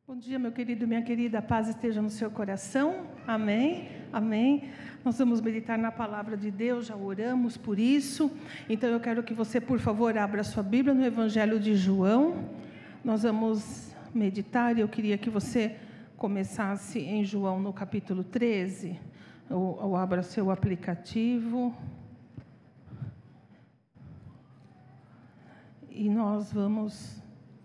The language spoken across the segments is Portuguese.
Bom dia, meu querido e minha querida, a paz esteja no seu coração, amém, amém. Nós vamos meditar na palavra de Deus, já oramos por isso, então eu quero que você, por favor, abra a sua Bíblia no Evangelho de João. Nós vamos meditar e eu queria que você começasse em João no capítulo 13, ou abra seu aplicativo. E nós vamos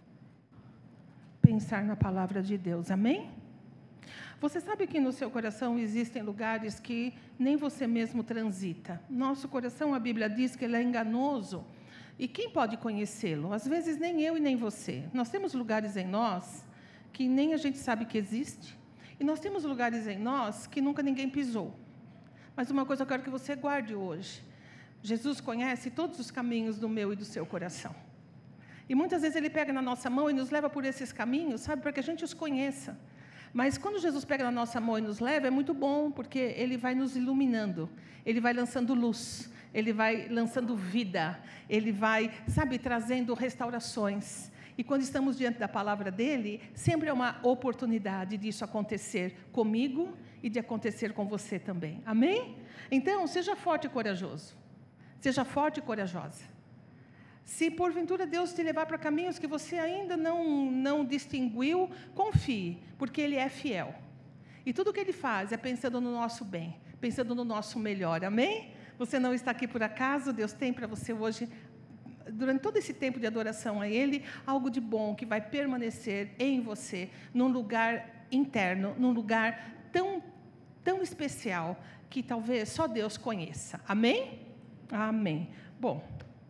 pensar na palavra de Deus, amém? Você sabe que no seu coração existem lugares que nem você mesmo transita. Nosso coração, a Bíblia diz que ele é enganoso. E quem pode conhecê-lo? Às vezes nem eu e nem você. Nós temos lugares em nós que nem a gente sabe que existe. E nós temos lugares em nós que nunca ninguém pisou. Mas uma coisa eu quero que você guarde hoje. Jesus conhece todos os caminhos do meu e do seu coração. E muitas vezes Ele pega na nossa mão e nos leva por esses caminhos, sabe, para que a gente os conheça. Mas quando Jesus pega na nossa mão e nos leva, é muito bom, porque Ele vai nos iluminando, Ele vai lançando luz, Ele vai lançando vida, Ele vai, sabe, trazendo restaurações. E quando estamos diante da palavra dEle, sempre é uma oportunidade disso acontecer comigo e de acontecer com você também. Amém? Então, seja forte e corajoso. Seja forte e corajosa. Se porventura Deus te levar para caminhos que você ainda não distinguiu, confie, porque Ele é fiel. E tudo que Ele faz é pensando no nosso bem, pensando no nosso melhor, amém? Você não está aqui por acaso, Deus tem para você hoje, durante todo esse tempo de adoração a Ele, algo de bom que vai permanecer em você, num lugar interno, num lugar tão especial, que talvez só Deus conheça, amém? Amém. Bom,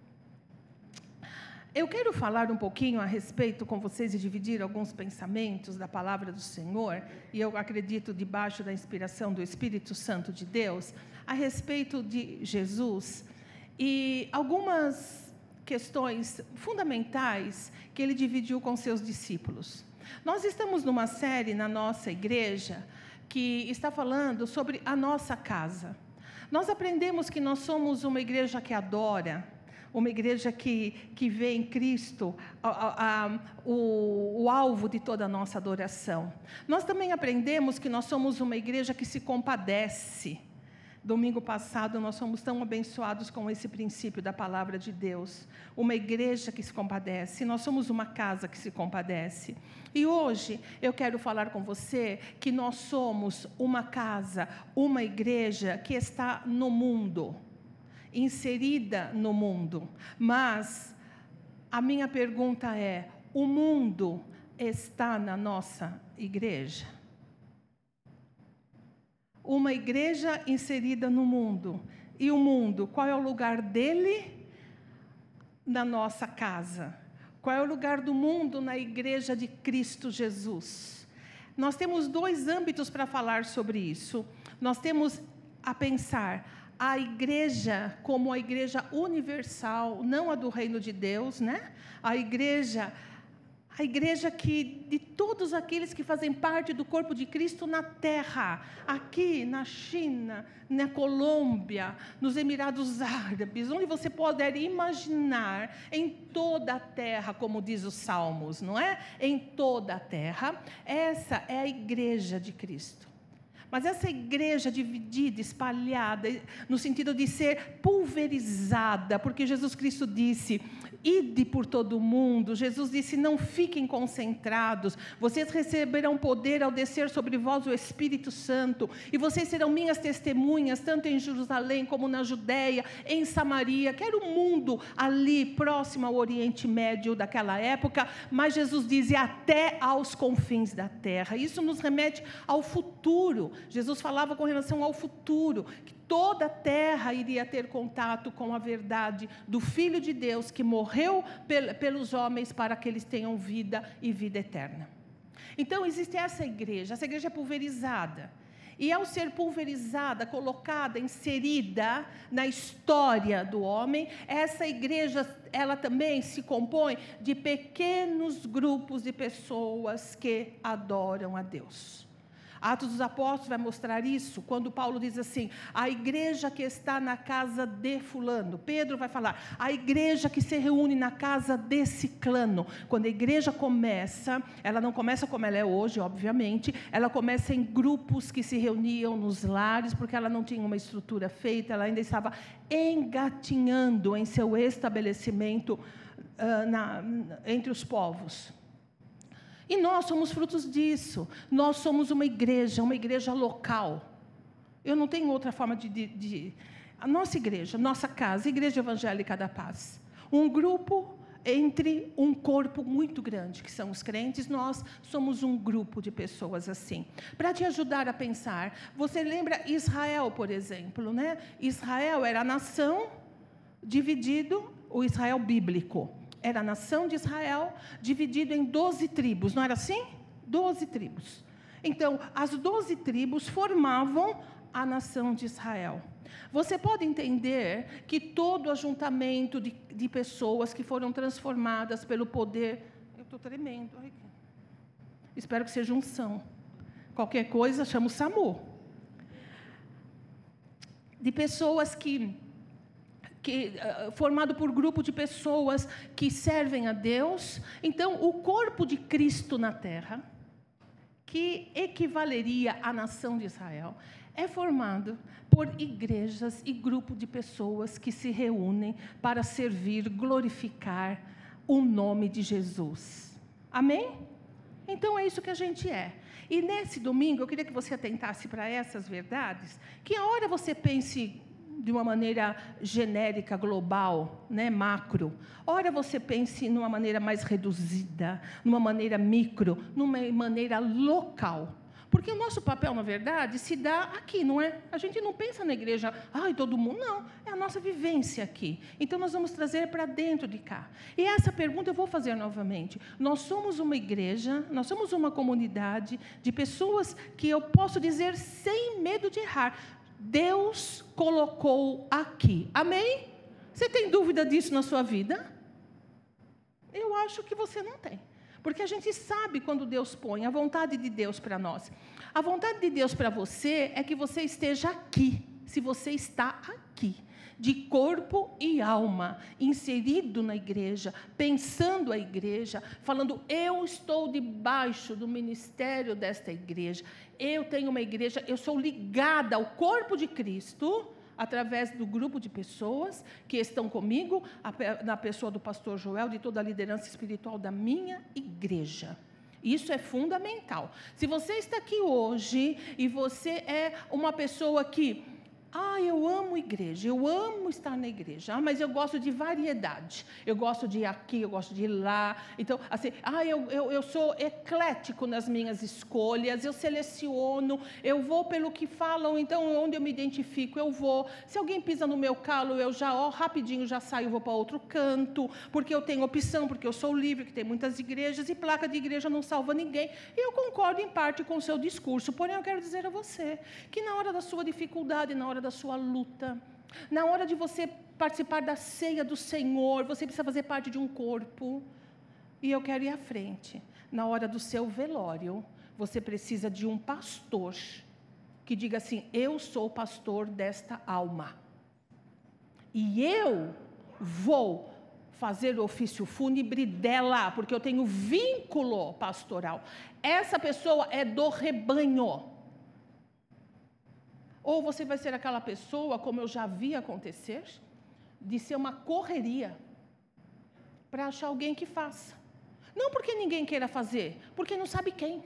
eu quero falar um pouquinho a respeito com vocês e dividir alguns pensamentos da palavra do Senhor, e eu acredito debaixo da inspiração do Espírito Santo de Deus, a respeito de Jesus e algumas questões fundamentais que Ele dividiu com seus discípulos. Nós estamos numa série na nossa igreja que está falando sobre a nossa casa. Nós aprendemos que nós somos uma igreja que adora, uma igreja que vê em Cristo o alvo de toda a nossa adoração. Nós também aprendemos que nós somos uma igreja que se compadece. Domingo passado nós fomos tão abençoados com esse princípio da palavra de Deus. Uma igreja que se compadece, nós somos uma casa que se compadece. E hoje eu quero falar com você que nós somos uma casa, uma igreja que está no mundo, inserida no mundo. Mas a minha pergunta é: o mundo está na nossa igreja? Uma igreja inserida no mundo. E o mundo, qual é o lugar dele na nossa casa? Qual é o lugar do mundo na igreja de Cristo Jesus? Nós temos dois âmbitos para falar sobre isso. Nós temos a pensar a igreja como a igreja universal, não a do reino de Deus, né? A igreja que de todos aqueles que fazem parte do corpo de Cristo na terra, aqui na China, na Colômbia, nos Emirados Árabes, onde você puder imaginar, em toda a terra, como diz os Salmos, não é? Em toda a terra, essa é a igreja de Cristo. Mas essa igreja dividida, espalhada, no sentido de ser pulverizada, porque Jesus Cristo disse: ide por todo o mundo. Jesus disse: não fiquem concentrados, vocês receberão poder ao descer sobre vós o Espírito Santo, e vocês serão minhas testemunhas, tanto em Jerusalém como na Judéia, em Samaria, que era o mundo ali, próximo ao Oriente Médio daquela época, mas Jesus diz: até aos confins da terra. Isso nos remete ao futuro. Jesus falava com relação ao futuro, que toda a terra iria ter contato com a verdade do Filho de Deus, que morreu pelos homens para que eles tenham vida e vida eterna. Então existe essa igreja é pulverizada. E ao ser pulverizada, colocada, inserida na história do homem, essa igreja, ela também se compõe de pequenos grupos de pessoas que adoram a Deus. Atos dos Apóstolos vai mostrar isso, quando Paulo diz assim, a igreja que está na casa de fulano. Pedro vai falar, a igreja que se reúne na casa de ciclano. Quando a igreja começa, ela não começa como ela é hoje, obviamente, ela começa em grupos que se reuniam nos lares, porque ela não tinha uma estrutura feita, ela ainda estava engatinhando em seu estabelecimento entre os povos. E nós somos frutos disso. Nós somos uma igreja local. Eu não tenho outra forma a nossa igreja, nossa casa, Igreja Evangélica da Paz. Um grupo entre um corpo muito grande, que são os crentes. Nós somos um grupo de pessoas assim. Para te ajudar a pensar, você lembra Israel, por exemplo, né? Israel era a nação dividido, o Israel bíblico. Era a nação de Israel, dividido em 12 tribos, não era assim? 12 tribos. Então, as 12 tribos formavam a nação de Israel. Você pode entender que todo ajuntamento de pessoas que foram transformadas pelo poder... Eu estou tremendo. Ai, espero que seja unção. Qualquer coisa, chama o SAMU. De pessoas formado por grupo de pessoas que servem a Deus. Então, o corpo de Cristo na terra, que equivaleria à nação de Israel, é formado por igrejas e grupo de pessoas que se reúnem para servir, glorificar o nome de Jesus. Amém? Então, é isso que a gente é. E nesse domingo, eu queria que você atentasse para essas verdades, que a hora você pense de uma maneira genérica, global, né, macro. Ora você pense numa maneira mais reduzida, numa maneira micro, numa maneira local. Porque o nosso papel, na verdade, se dá aqui, não é? A gente não pensa na igreja, todo mundo, não. É a nossa vivência aqui. Então, nós vamos trazer para dentro de cá. E essa pergunta eu vou fazer novamente. Nós somos uma igreja, nós somos uma comunidade de pessoas que eu posso dizer sem medo de errar, Deus colocou aqui. Amém? Você tem dúvida disso na sua vida? Eu acho que você não tem. Porque a gente sabe quando Deus põe a vontade de Deus para nós. A vontade de Deus para você é que você esteja aqui. Se você está aqui, de corpo e alma, inserido na igreja, pensando a igreja, falando, eu estou debaixo do ministério desta igreja, eu tenho uma igreja, eu sou ligada ao corpo de Cristo, através do grupo de pessoas que estão comigo, na pessoa do pastor Joel, de toda a liderança espiritual da minha igreja. Isso é fundamental. Se você está aqui hoje e você é uma pessoa que... eu amo igreja, eu amo estar na igreja, mas eu gosto de variedade, eu gosto de ir aqui, eu gosto de ir lá, então, assim, eu sou eclético nas minhas escolhas, eu seleciono, eu vou pelo que falam, então, onde eu me identifico, eu vou, se alguém pisa no meu calo, eu já, rapidinho já saio, vou para outro canto, porque eu tenho opção, porque eu sou livre, que tem muitas igrejas, e placa de igreja não salva ninguém, e eu concordo em parte com o seu discurso, porém, eu quero dizer a você, que na hora da sua dificuldade, na hora da sua luta, na hora de você participar da ceia do Senhor, você precisa fazer parte de um corpo, e eu quero ir à frente, na hora do seu velório, você precisa de um pastor, que diga assim, eu sou pastor desta alma, e eu vou fazer o ofício fúnebre dela, porque eu tenho vínculo pastoral, essa pessoa é do rebanho. Ou você vai ser aquela pessoa, como eu já vi acontecer, de ser uma correria para achar alguém que faça. Não porque ninguém queira fazer, porque não sabe quem.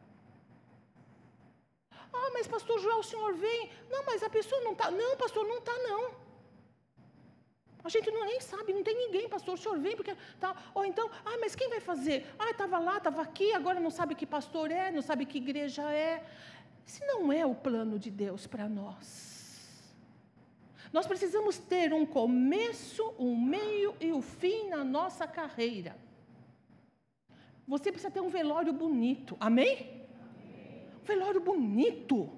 Mas pastor Joel, o senhor vem? Não, mas a pessoa não está. Não, pastor, não está não. A gente nem sabe, não tem ninguém, pastor, o senhor vem porque... Tá. Ou então, mas quem vai fazer? Estava lá, estava aqui, agora não sabe que pastor é, não sabe que igreja é. Esse não é o plano de Deus para nós. Nós precisamos ter um começo, um meio e um fim na nossa carreira. Você precisa ter um velório bonito, amém? Um velório bonito.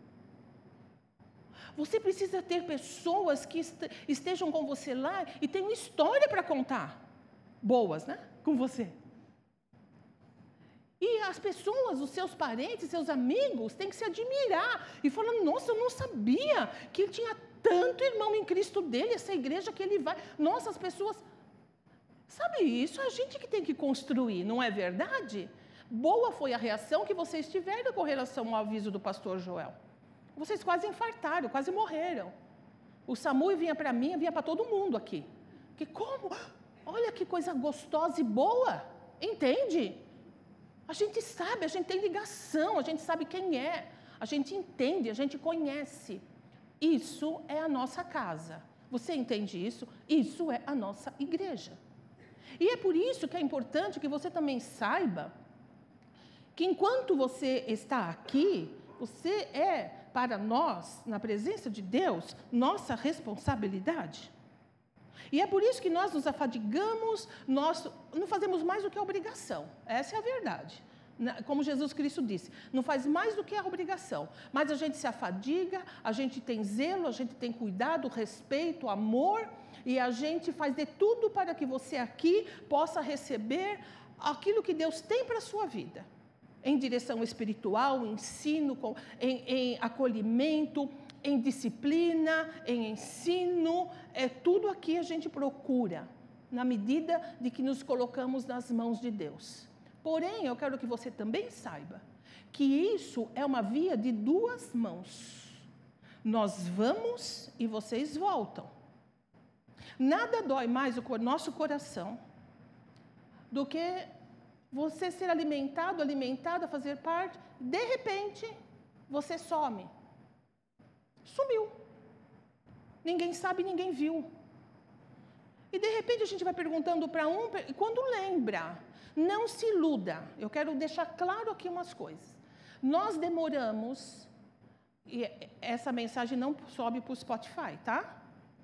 Você precisa ter pessoas que estejam com você lá e tenham história para contar. Boas, né? Com você. E as pessoas, os seus parentes, seus amigos, têm que se admirar e falar, nossa, eu não sabia que ele tinha tanto irmão em Cristo dele, essa igreja que ele vai. Nossa, as pessoas... Sabe, isso é a gente que tem que construir, não é verdade? Boa foi a reação que vocês tiveram com relação ao aviso do pastor Joel. Vocês quase infartaram, quase morreram. O SAMU vinha para mim, vinha para todo mundo aqui. Que como? Olha que coisa gostosa e boa, entende? A gente sabe, a gente tem ligação, a gente sabe quem é, a gente entende, a gente conhece. Isso é a nossa casa. Você entende isso? Isso é a nossa igreja. E é por isso que é importante que você também saiba que enquanto você está aqui, você é, para nós, na presença de Deus, nossa responsabilidade. E é por isso que nós nos afadigamos, nós não fazemos mais do que a obrigação. Essa é a verdade. Como Jesus Cristo disse, não faz mais do que a obrigação. Mas a gente se afadiga, a gente tem zelo, a gente tem cuidado, respeito, amor, e a gente faz de tudo para que você aqui possa receber aquilo que Deus tem para a sua vida. Em direção espiritual, ensino, em acolhimento, em disciplina, em ensino, tudo aqui a gente procura, na medida de que nos colocamos nas mãos de Deus. Porém, eu quero que você também saiba que isso é uma via de duas mãos. Nós vamos e vocês voltam. Nada dói mais o nosso coração do que você ser alimentada, fazer parte, de repente, você some. Sumiu. Ninguém sabe, ninguém viu. E de repente a gente vai perguntando para um, e quando lembra, não se iluda. Eu quero deixar claro aqui umas coisas. Nós demoramos, e essa mensagem não sobe para o Spotify, tá?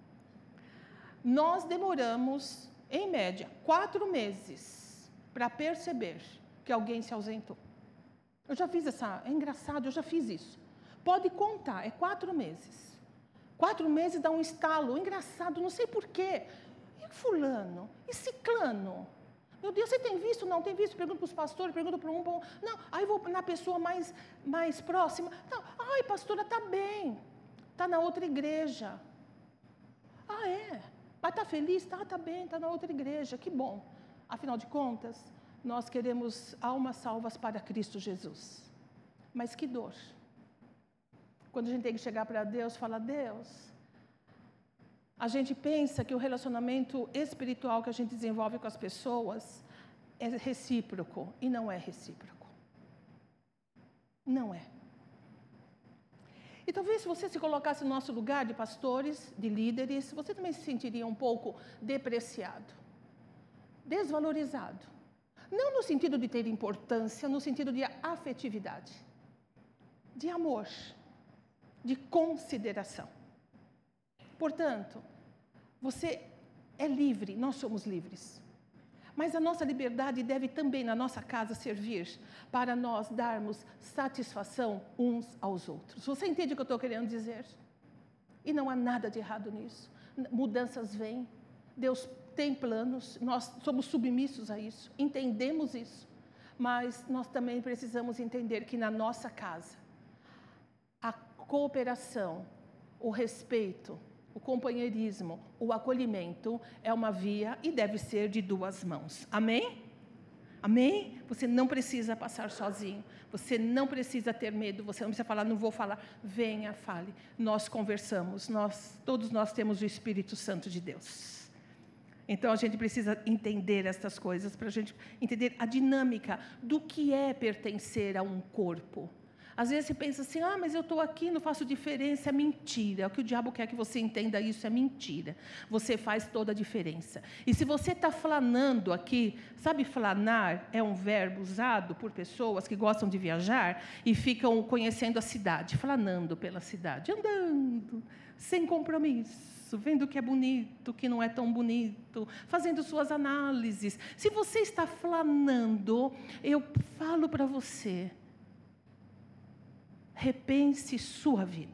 Nós demoramos, em média, 4 meses para perceber que alguém se ausentou. Eu já fiz é engraçado, eu já fiz isso. Pode contar, é 4 meses. 4 meses dá um estalo, engraçado, não sei porquê. E fulano? E ciclano? Meu Deus, você tem visto? Não, tem visto? Pergunto para os pastores, pergunto para um... Não, aí vou na pessoa mais próxima. Não, ai, pastora, está bem. Está na outra igreja. Ah, é? Mas está feliz? Está bem, está na outra igreja. Que bom. Afinal de contas, nós queremos almas salvas para Cristo Jesus. Mas que dor. Quando a gente tem que chegar para Deus, falar, Deus, a gente pensa que o relacionamento espiritual que a gente desenvolve com as pessoas é recíproco, e não é recíproco. Não é. E talvez se você se colocasse no nosso lugar de pastores, de líderes, você também se sentiria um pouco depreciado, desvalorizado. Não no sentido de ter importância, no sentido de afetividade, de amor, de consideração. Portanto, você é livre, nós somos livres. Mas a nossa liberdade deve também, na nossa casa, servir para nós darmos satisfação uns aos outros. Você entende o que eu estou querendo dizer? E não há nada de errado nisso. Mudanças vêm, Deus tem planos, nós somos submissos a isso, entendemos isso. Mas nós também precisamos entender que na nossa casa, a cooperação, o respeito, o companheirismo, o acolhimento é uma via e deve ser de duas mãos. Amém? Amém? Você não precisa passar sozinho. Você não precisa ter medo. Você não precisa falar, não vou falar. Venha, fale. Nós conversamos. Todos nós temos o Espírito Santo de Deus. Então, a gente precisa entender estas coisas para a gente entender a dinâmica do que é pertencer a um corpo. Às vezes você pensa assim, mas eu estou aqui, não faço diferença, é mentira. O que o diabo quer que você entenda isso é mentira. Você faz toda a diferença. E se você está flanando aqui, sabe, flanar é um verbo usado por pessoas que gostam de viajar e ficam conhecendo a cidade, flanando pela cidade, andando, sem compromisso, vendo o que é bonito, o que não é tão bonito, fazendo suas análises. Se você está flanando, eu falo para você, repense sua vida.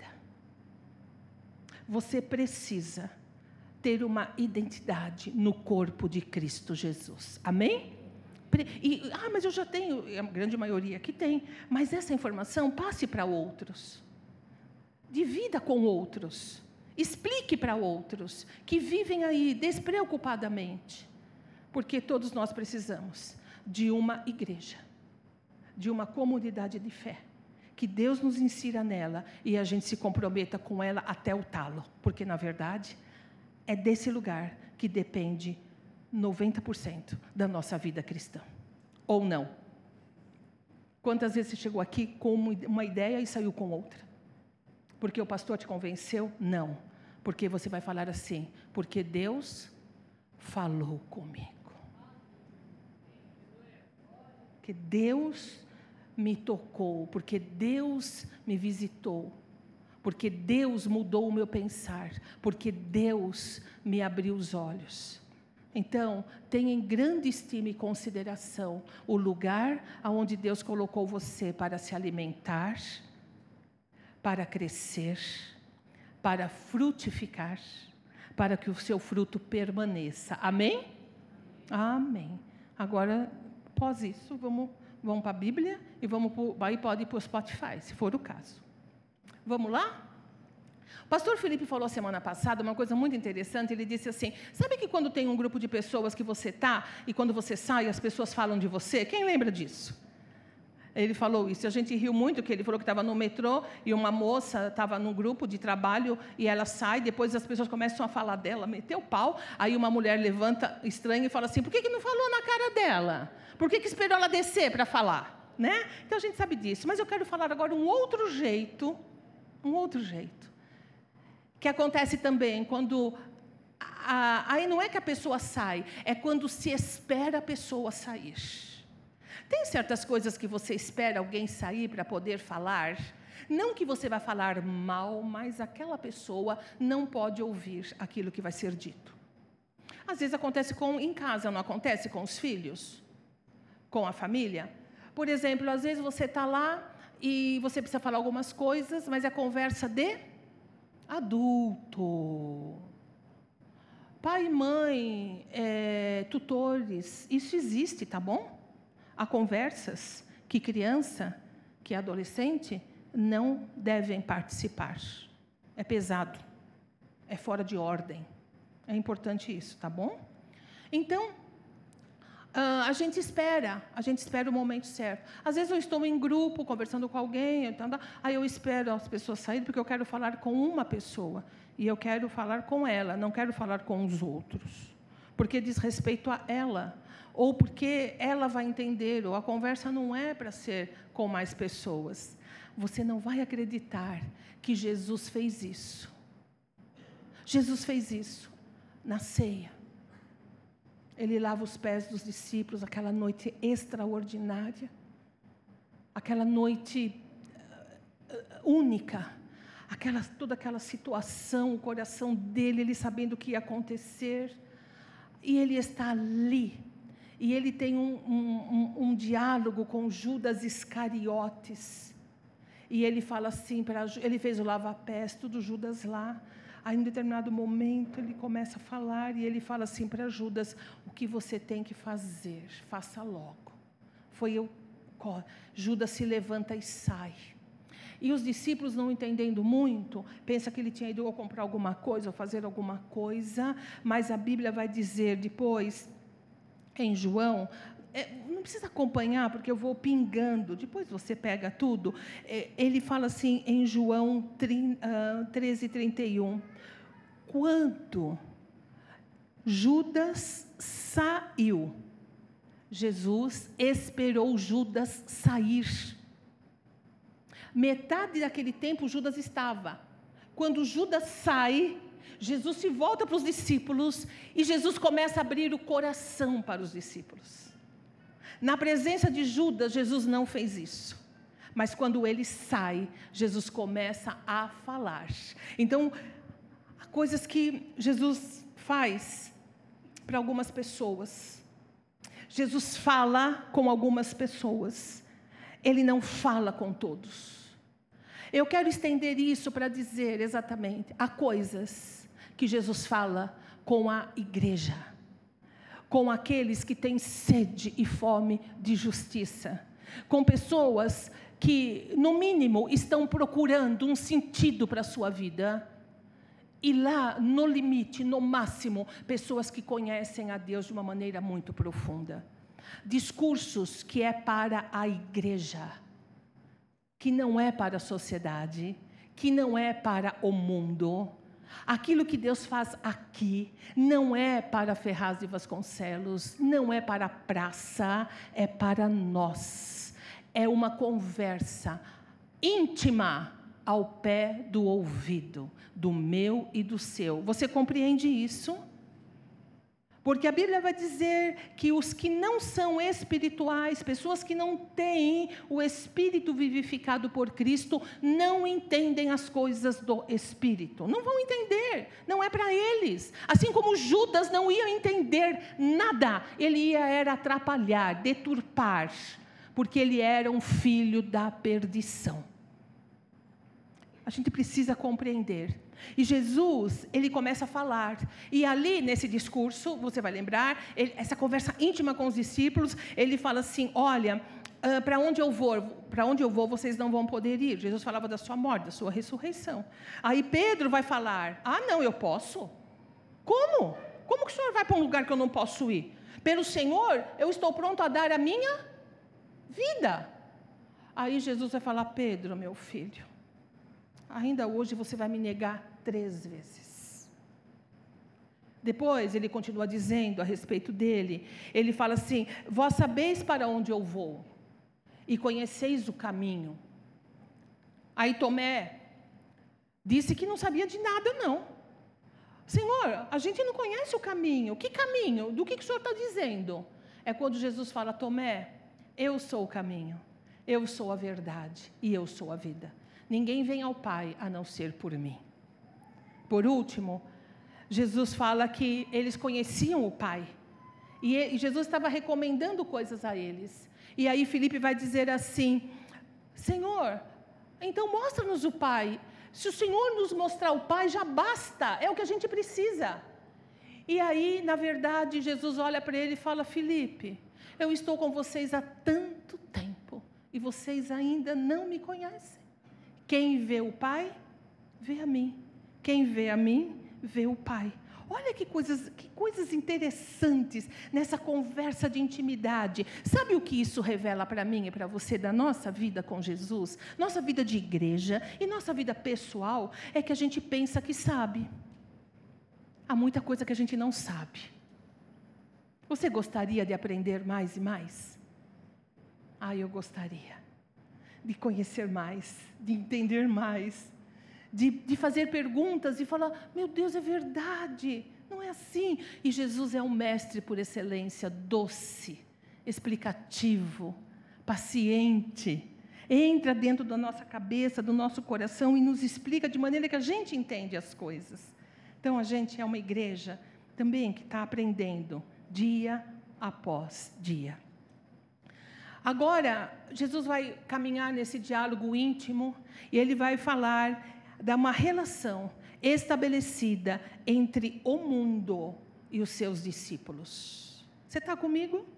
Você precisa ter uma identidade no corpo de Cristo Jesus. Amém? mas eu já tenho, a grande maioria que tem, mas essa informação passe para outros. Divida com outros. Explique para outros que vivem aí despreocupadamente. Porque todos nós precisamos de uma igreja, de uma comunidade de fé. Que Deus nos insira nela e a gente se comprometa com ela até o talo. Porque, na verdade, é desse lugar que depende 90% da nossa vida cristã. Ou não? Quantas vezes você chegou aqui com uma ideia e saiu com outra? Porque o pastor te convenceu? Não. Porque você vai falar assim, porque Deus falou comigo. Que Deus me tocou, porque Deus me visitou, porque Deus mudou o meu pensar, porque Deus me abriu os olhos. Então, tenha em grande estima e consideração o lugar onde Deus colocou você para se alimentar, para crescer, para frutificar, para que o seu fruto permaneça. Amém? Amém. Agora, após isso, vamos para a Bíblia e aí pode ir para o Spotify, se for o caso. Vamos lá? O pastor Felipe falou semana passada uma coisa muito interessante. Ele disse assim, sabe que quando tem um grupo de pessoas que você está, e quando você sai, as pessoas falam de você? Quem lembra disso? Ele falou isso, a gente riu muito, que ele falou que estava no metrô, e uma moça estava num grupo de trabalho, e ela sai, depois as pessoas começam a falar dela, meteu o pau, aí uma mulher levanta estranha e fala assim, por que não falou na cara dela? Por que esperou ela descer para falar? Né? Então a gente sabe disso, mas eu quero falar agora um outro jeito, que acontece também quando, aí não é que a pessoa sai, é quando se espera a pessoa sair. Tem certas coisas que você espera alguém sair para poder falar, não que você vai falar mal, mas aquela pessoa não pode ouvir aquilo que vai ser dito. Às vezes acontece em casa, não acontece com os filhos? Com a família? Por exemplo, às vezes você está lá e você precisa falar algumas coisas, mas é conversa de adulto. Pai, mãe, tutores, isso existe, tá bom? Há conversas que criança, que adolescente, não devem participar. É pesado, é fora de ordem. É importante isso, tá bom? Então, a gente espera o momento certo. Às vezes eu estou em grupo, conversando com alguém, aí eu espero as pessoas saírem, porque eu quero falar com uma pessoa, e eu quero falar com ela, não quero falar com os outros, porque diz respeito a ela, ou porque ela vai entender, ou a conversa não é para ser com mais pessoas. Você não vai acreditar que Jesus fez isso. Jesus fez isso na ceia. Ele lava os pés dos discípulos, aquela noite extraordinária, aquela noite única, toda aquela situação, o coração dele, ele sabendo o que ia acontecer, e ele está ali, e ele tem um diálogo com Judas Iscariotes, e ele fala assim, ele fez o lava-pés, tudo Judas lá. Aí, em determinado momento, ele começa a falar, e ele fala assim para Judas, o que você tem que fazer, faça logo. Judas se levanta e sai. E os discípulos, não entendendo muito, pensam que ele tinha ido comprar alguma coisa, ou fazer alguma coisa, mas a Bíblia vai dizer depois, em João, não precisa acompanhar, porque eu vou pingando, depois você pega tudo. Ele fala assim, em João 13:31, quando Judas saiu, Jesus esperou Judas sair. Metade daquele tempo Judas estava. Quando Judas sai, Jesus se volta para os discípulos e Jesus começa a abrir o coração para os discípulos. Na presença de Judas, Jesus não fez isso. Mas quando ele sai, Jesus começa a falar. Então, há coisas que Jesus faz para algumas pessoas. Jesus fala com algumas pessoas. Ele não fala com todos. Eu quero estender isso para dizer exatamente, há coisas que Jesus fala com a igreja. com aqueles que têm sede e fome de justiça, com pessoas que, no mínimo, estão procurando um sentido para a sua vida. E lá, no limite, no máximo, pessoas que conhecem a Deus de uma maneira muito profunda. Discursos que é para a igreja, que não é para a sociedade, que não é para o mundo. Aquilo que Deus faz aqui não é para Ferraz de Vasconcelos, não é para a praça, é para nós. É uma conversa íntima ao pé do ouvido, do meu e do seu. Você compreende isso? Porque a Bíblia vai dizer que os que não são espirituais, pessoas que não têm o Espírito vivificado por Cristo, não entendem as coisas do Espírito. Não vão entender, não é para eles. Assim como Judas não ia entender nada, ele era atrapalhar, deturpar, porque ele era um filho da perdição. A gente precisa compreender. E Jesus, ele começa a falar. E ali, nesse discurso, você vai lembrar, essa conversa íntima com os discípulos, ele fala assim, olha, para onde eu vou, vocês não vão poder ir. Jesus falava da sua morte, da sua ressurreição. Aí Pedro vai falar, não, eu posso? Como? Como que o senhor vai para um lugar que eu não posso ir? Pelo Senhor, eu estou pronto a dar a minha vida. Aí Jesus vai falar, Pedro, meu filho, ainda hoje você vai me negar 3 vezes. Depois ele continua dizendo a respeito dele, ele fala assim, vós sabeis para onde eu vou, e conheceis o caminho. Aí Tomé disse que não sabia de nada não. Senhor, a gente não conhece o caminho. Que caminho? Do que o senhor está dizendo? É quando Jesus fala, Tomé, eu sou o caminho, eu sou a verdade e eu sou a vida. Ninguém vem ao Pai a não ser por mim. Por último, Jesus fala que eles conheciam o Pai. E Jesus estava recomendando coisas a eles. E aí Filipe vai dizer assim, Senhor, então mostra-nos o Pai. Se o Senhor nos mostrar o Pai, já basta, é o que a gente precisa. E aí, na verdade, Jesus olha para ele e fala, Filipe, eu estou com vocês há tanto tempo, e vocês ainda não me conhecem. Quem vê o Pai, vê a mim. Quem vê a mim, vê o Pai. Olha que coisas interessantes nessa conversa de intimidade. Sabe o que isso revela para mim e para você da nossa vida com Jesus? Nossa vida de igreja e nossa vida pessoal é que a gente pensa que sabe. Há muita coisa que a gente não sabe. Você gostaria de aprender mais e mais? Eu gostaria. De conhecer mais, de entender mais, de fazer perguntas e falar, meu Deus, é verdade, não é assim. E Jesus é um mestre por excelência, doce, explicativo, paciente, entra dentro da nossa cabeça, do nosso coração e nos explica de maneira que a gente entende as coisas. Então a gente é uma igreja também que está aprendendo dia após dia. Agora, Jesus vai caminhar nesse diálogo íntimo e ele vai falar de uma relação estabelecida entre o mundo e os seus discípulos. Você está comigo?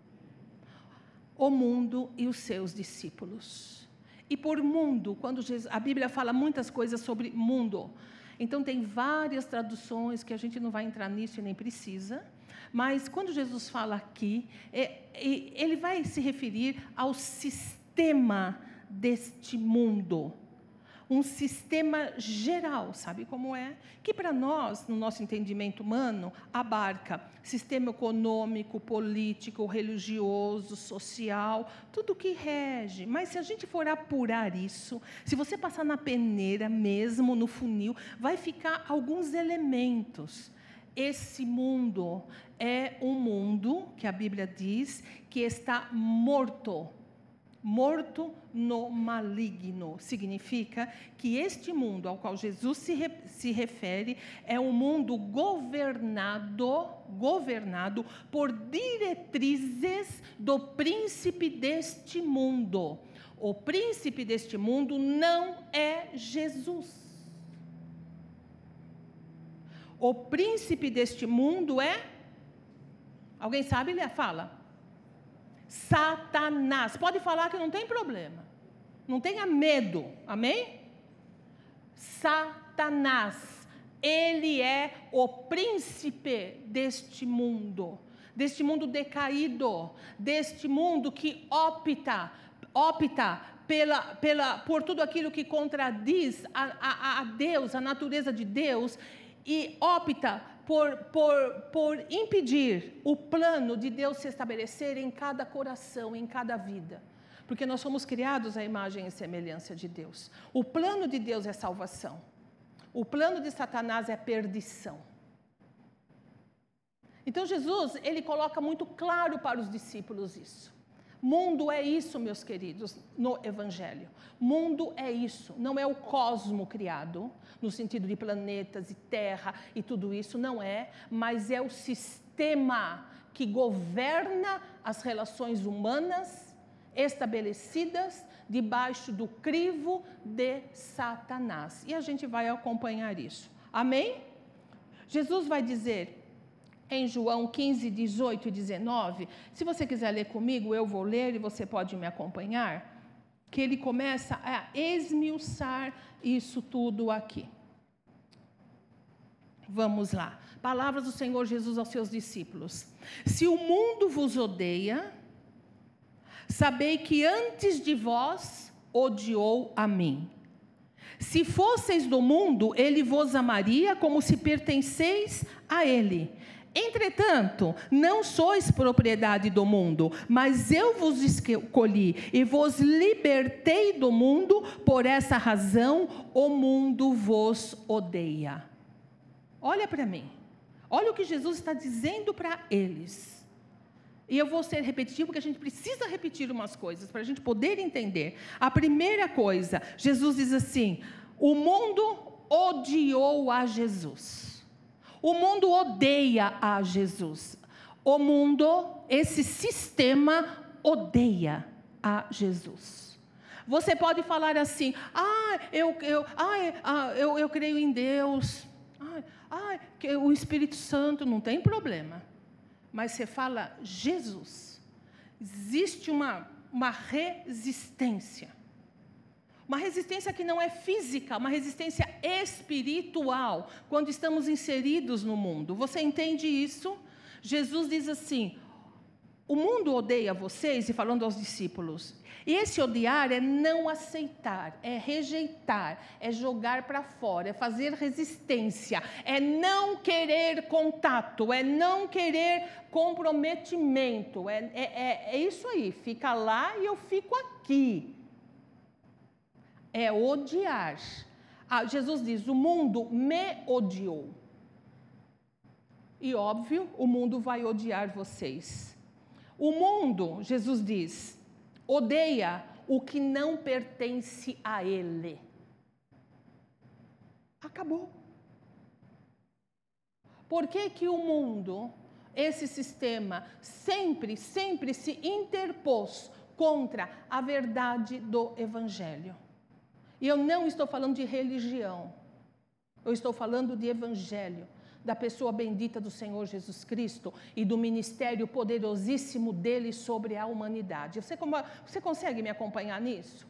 O mundo e os seus discípulos. E por mundo, quando a Bíblia fala muitas coisas sobre mundo, então tem várias traduções que a gente não vai entrar nisso e nem precisa. Mas quando Jesus fala aqui, ele vai se referir ao sistema deste mundo. Um sistema geral, sabe como é? Que para nós, no nosso entendimento humano, abarca sistema econômico, político, religioso, social, tudo que rege. Mas se a gente for apurar isso, se você passar na peneira mesmo, no funil, vai ficar alguns elementos. Esse mundo é um mundo, que a Bíblia diz, que está morto. Morto no maligno. Significa que este mundo ao qual Jesus se refere é um mundo governado por diretrizes do príncipe deste mundo. O príncipe deste mundo não é Jesus. O príncipe deste mundo é Alguém sabe? Fala. Satanás. Pode falar que não tem problema. Não tenha medo. Amém? Satanás. Ele é o príncipe deste mundo decaído, deste mundo que opta por tudo aquilo que contradiz a Deus, a natureza de Deus, e opta por impedir o plano de Deus se estabelecer em cada coração, em cada vida. Porque nós somos criados à imagem e semelhança de Deus. O plano de Deus é salvação. O plano de Satanás é perdição. Então Jesus, ele coloca muito claro para os discípulos isso. Mundo é isso, meus queridos, no Evangelho. Mundo é isso, não é o cosmo criado, no sentido de planetas e terra e tudo isso, não é, mas é o sistema que governa as relações humanas estabelecidas debaixo do crivo de Satanás. E a gente vai acompanhar isso. Amém? Jesus vai dizer em João 15, 18 e 19, se você quiser ler comigo, eu vou ler e você pode me acompanhar, que ele começa a esmiuçar isso tudo aqui. Vamos lá. Palavras do Senhor Jesus aos seus discípulos. Se o mundo vos odeia, sabei que antes de vós odiou a mim. Se fosseis do mundo, ele vos amaria como se pertenceis a ele. Entretanto, não sois propriedade do mundo, mas eu vos escolhi e vos libertei do mundo, por essa razão o mundo vos odeia. Olha para mim, olha o que Jesus está dizendo para eles. E eu vou ser repetitivo, porque a gente precisa repetir umas coisas, para a gente poder entender. A primeira coisa, Jesus diz assim, o mundo odiou a Jesus. O mundo odeia a Jesus. O mundo, esse sistema, odeia a Jesus. Você pode falar assim, eu creio em Deus, o Espírito Santo, não tem problema. Mas você fala Jesus, existe uma resistência. Uma resistência que não é física, uma resistência espiritual, quando estamos inseridos no mundo. Você entende isso? Jesus diz assim, o mundo odeia vocês, e falando aos discípulos, e esse odiar é não aceitar, é rejeitar, é jogar para fora, é fazer resistência, é não querer contato, é não querer comprometimento, é isso aí, fica lá e eu fico aqui. É odiar. Jesus diz, o mundo me odiou. E óbvio, o mundo vai odiar vocês. O mundo, Jesus diz, odeia o que não pertence a ele. Acabou. Por que o mundo, esse sistema, sempre se interpôs contra a verdade do Evangelho? E eu não estou falando de religião, eu estou falando de Evangelho, da pessoa bendita do Senhor Jesus Cristo e do ministério poderosíssimo dele sobre a humanidade. Você consegue me acompanhar nisso?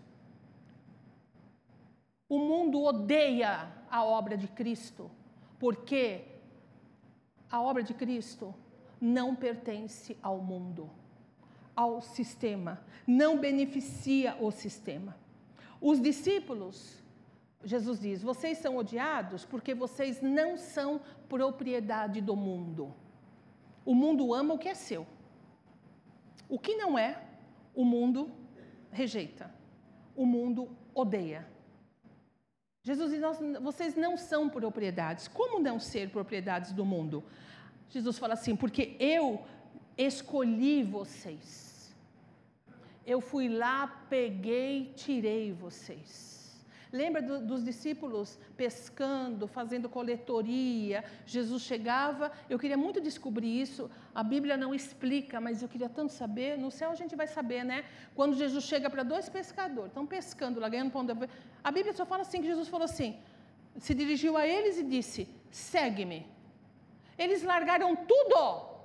O mundo odeia a obra de Cristo, porque a obra de Cristo não pertence ao mundo, ao sistema, não beneficia o sistema. Os discípulos, Jesus diz, vocês são odiados porque vocês não são propriedade do mundo. O mundo ama o que é seu. O que não é, o mundo rejeita. O mundo odeia. Jesus diz, vocês não são propriedades. Como não ser propriedades do mundo? Jesus fala assim, porque eu escolhi vocês. Eu fui lá, peguei, tirei vocês. Lembra dos discípulos pescando, fazendo coletoria? Jesus chegava, eu queria muito descobrir isso, a Bíblia não explica, mas eu queria tanto saber, no céu a gente vai saber, né? Quando Jesus chega para dois pescadores, estão pescando lá, ganhando pão, a Bíblia só fala assim, que Jesus falou assim, se dirigiu a eles e disse, segue-me. Eles largaram tudo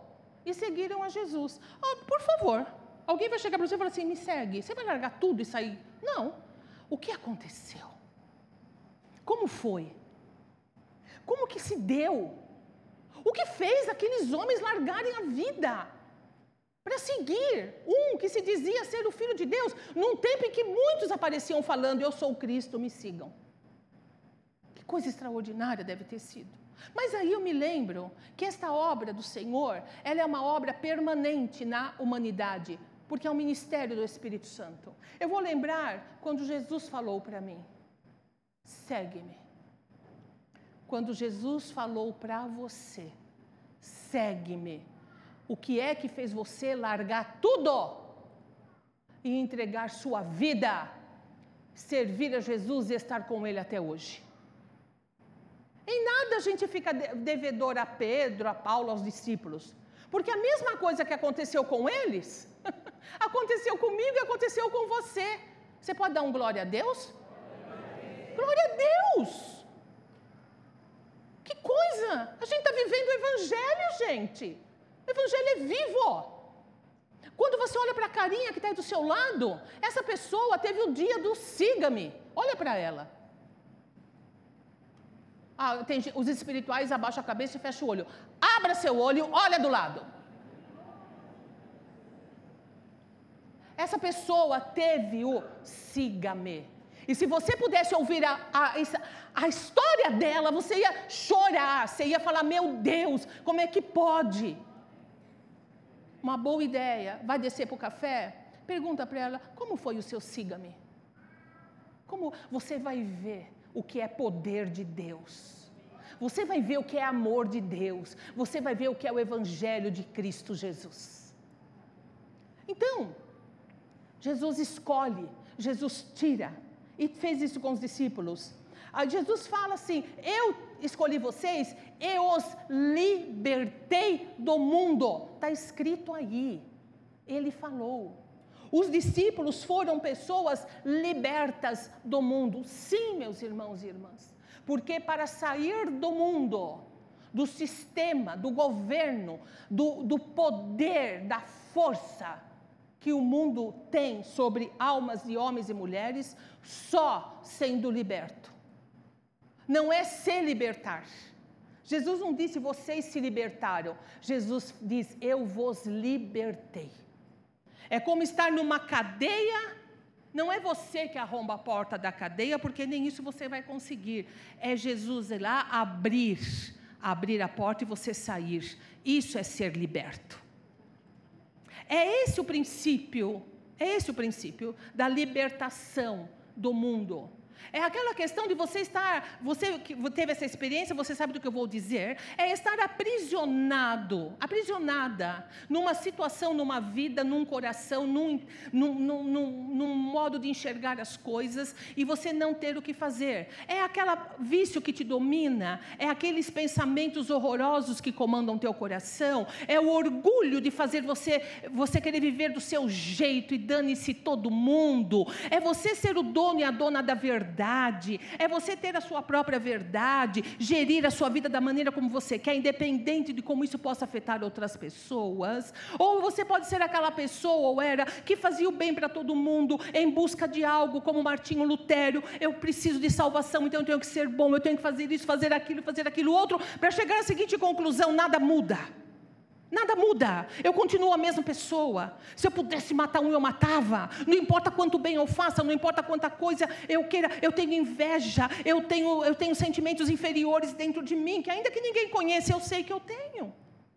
e seguiram a Jesus. Oh, por favor, alguém vai chegar para você e falar assim, me segue. Você vai largar tudo e sair? Não. O que aconteceu? Como foi? Como que se deu? O que fez aqueles homens largarem a vida para seguir um que se dizia ser o Filho de Deus, num tempo em que muitos apareciam falando, eu sou o Cristo, me sigam. Que coisa extraordinária deve ter sido. Mas aí eu me lembro que esta obra do Senhor, ela é uma obra permanente na humanidade, porque é o ministério do Espírito Santo. Eu vou lembrar quando Jesus falou para mim, segue-me. Quando Jesus falou para você, segue-me. O que é que fez você largar tudo e entregar sua vida, servir a Jesus e estar com Ele até hoje? Em nada a gente fica devedor a Pedro, a Paulo, aos discípulos. Porque a mesma coisa que aconteceu com eles, aconteceu comigo e aconteceu com você. Você pode dar um glória a Deus? Glória a Deus! Que coisa! A gente está vivendo o Evangelho, gente. O Evangelho é vivo. Quando você olha para a carinha que está aí do seu lado, essa pessoa teve o dia do siga-me. Olha para ela. Os espirituais abaixam a cabeça e fecham o olho. Abra seu olho, olha do lado. Essa pessoa teve o siga-me. E se você pudesse ouvir a história dela, você ia chorar, você ia falar, meu Deus, como é que pode? Uma boa ideia, vai descer para o café, pergunta para ela, como foi o seu siga-me? Como você vai ver o que é poder de Deus? Você vai ver o que é amor de Deus, você vai ver o que é o Evangelho de Cristo Jesus. Então, Jesus escolhe, Jesus tira, e fez isso com os discípulos. Jesus fala assim, eu escolhi vocês, eu os libertei do mundo. Está escrito aí, ele falou. Os discípulos foram pessoas libertas do mundo. Sim, meus irmãos e irmãs. Porque para sair do mundo, do sistema, do governo, do poder, da força que o mundo tem sobre almas de homens e mulheres, só sendo liberto. Não é se libertar. Jesus não disse, vocês se libertaram. Jesus diz, eu vos libertei. É como estar numa cadeia, não é você que arromba a porta da cadeia, porque nem isso você vai conseguir. É Jesus ir lá abrir a porta e você sair. Isso é ser liberto. É esse o princípio da libertação do mundo. É aquela questão de você que teve essa experiência, você sabe do que eu vou dizer, é estar aprisionada, numa situação, numa vida, num coração, num modo de enxergar as coisas, e você não ter o que fazer. É aquele vício que te domina, é aqueles pensamentos horrorosos que comandam teu coração, é o orgulho de fazer você querer viver do seu jeito e dane-se todo mundo, é você ser o dono e a dona da verdade, é você ter a sua própria verdade, gerir a sua vida da maneira como você quer, independente de como isso possa afetar outras pessoas. Ou você pode ser aquela pessoa, ou era, que fazia o bem para todo mundo, em busca de algo, como Martinho Lutero, eu preciso de salvação, então eu tenho que ser bom, eu tenho que fazer isso, fazer aquilo outro, para chegar à seguinte conclusão, nada muda. Nada muda, eu continuo a mesma pessoa. Se eu pudesse matar um, eu matava. Não importa quanto bem eu faça, não importa quanta coisa eu queira. Eu tenho inveja, eu tenho sentimentos inferiores dentro de mim, que ainda que ninguém conheça, eu sei que eu tenho.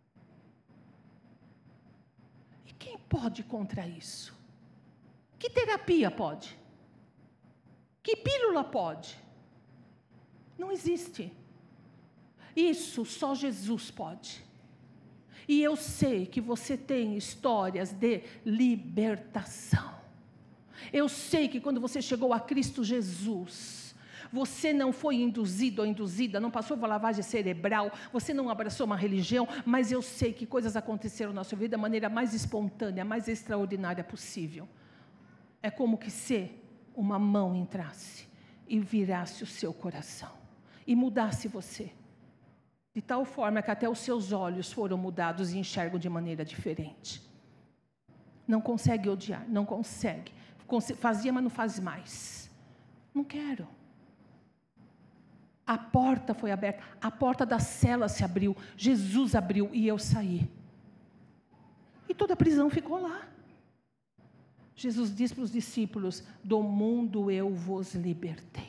E quem pode contra isso? Que terapia pode? Que pílula pode? Não existe. Isso só Jesus pode. E eu sei que você tem histórias de libertação. Eu sei que quando você chegou a Cristo Jesus, você não foi induzido ou induzida, não passou por lavagem cerebral, você não abraçou uma religião, mas eu sei que coisas aconteceram na sua vida da maneira mais espontânea, mais extraordinária possível. É como que se uma mão entrasse e virasse o seu coração e mudasse você. de tal forma que até os seus olhos foram mudados e enxergam de maneira diferente. Não consegue odiar, não consegue. Fazia, mas não faz mais. Não quero. A porta foi aberta, a porta da cela se abriu, Jesus abriu e eu saí. E toda a prisão ficou lá. Jesus disse para os discípulos: do mundo eu vos libertei.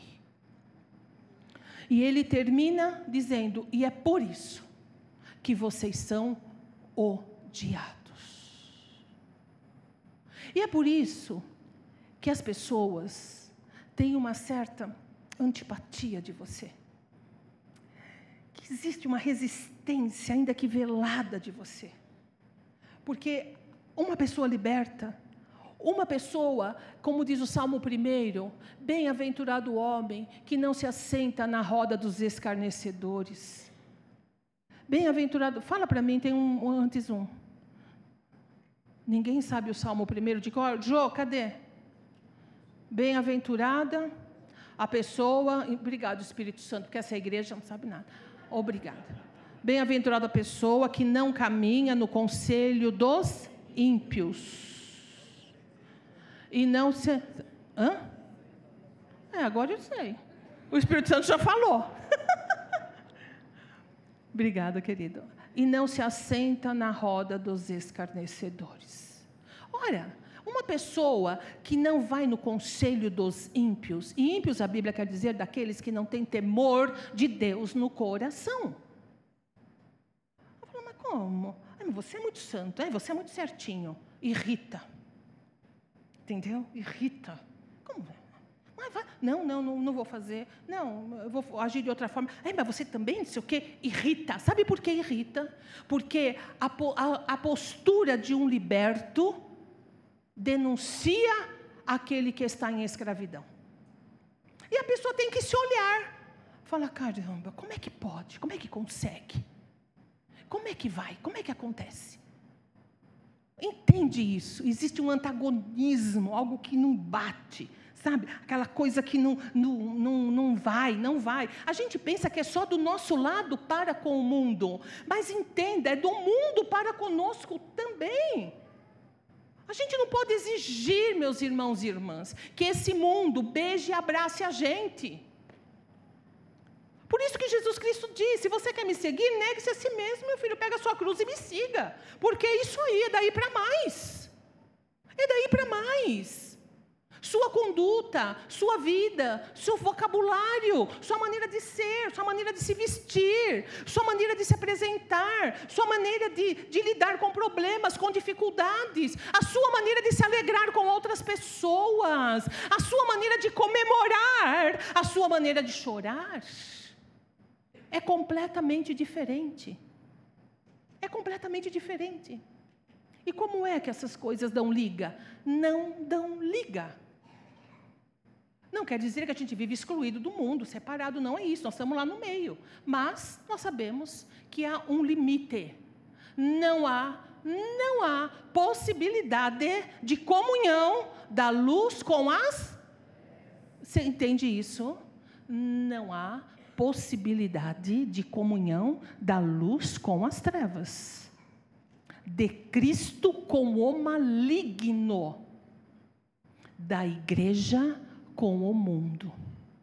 E ele termina dizendo: e é por isso que vocês são odiados. E é por isso que as pessoas têm uma certa antipatia de você. Que existe uma resistência, ainda que velada, de você. Porque uma pessoa liberta, uma pessoa, como diz o Salmo 1, bem-aventurado o homem que não se assenta na roda dos escarnecedores. Bem-aventurado, fala para mim, tem antes um. Ninguém sabe o Salmo 1 de cor? Jô, cadê? Bem-aventurada a pessoa, obrigado Espírito Santo, porque essa igreja não sabe nada. Obrigada. Bem-aventurada a pessoa que não caminha no conselho dos ímpios. E não se... Hã? Agora eu sei. O Espírito Santo já falou. Obrigada, querido. E não se assenta na roda dos escarnecedores. Ora, uma pessoa que não vai no conselho dos ímpios, e ímpios a Bíblia quer dizer daqueles que não têm temor de Deus no coração. Eu falo, mas como? Você é muito santo, você é muito certinho. Irrita. Entendeu? Irrita. Como? Não vou fazer. Não, eu vou agir de outra forma. Mas você também, não sei o quê, irrita. Sabe por que irrita? Porque a postura de um liberto denuncia aquele que está em escravidão. E a pessoa tem que se olhar. Fala, caramba, como é que pode? Como é que consegue? Como é que vai? Como é que acontece? Entende isso? Existe um antagonismo, algo que não bate, sabe? Aquela coisa que não vai. A gente pensa que é só do nosso lado para com o mundo, mas entenda, é do mundo para conosco também. A gente não pode exigir, meus irmãos e irmãs, que esse mundo beije e abrace a gente. Por isso que Jesus Cristo disse: se você quer me seguir, negue-se a si mesmo, meu filho, pega a sua cruz e me siga. Porque isso aí é daí para mais. É daí para mais. Sua conduta, sua vida, seu vocabulário, sua maneira de ser, sua maneira de se vestir, sua maneira de se apresentar, sua maneira de lidar com problemas, com dificuldades, a sua maneira de se alegrar com outras pessoas, a sua maneira de comemorar, a sua maneira de chorar. É completamente diferente. É completamente diferente. E como é que essas coisas dão liga? Não dão liga. Não quer dizer que a gente vive excluído do mundo, separado, não é isso. Nós estamos lá no meio. Mas nós sabemos que há um limite. Não há possibilidade de comunhão da luz com as... Você entende isso? Não há possibilidade de comunhão da luz com as trevas, de Cristo com o maligno, da igreja com o mundo.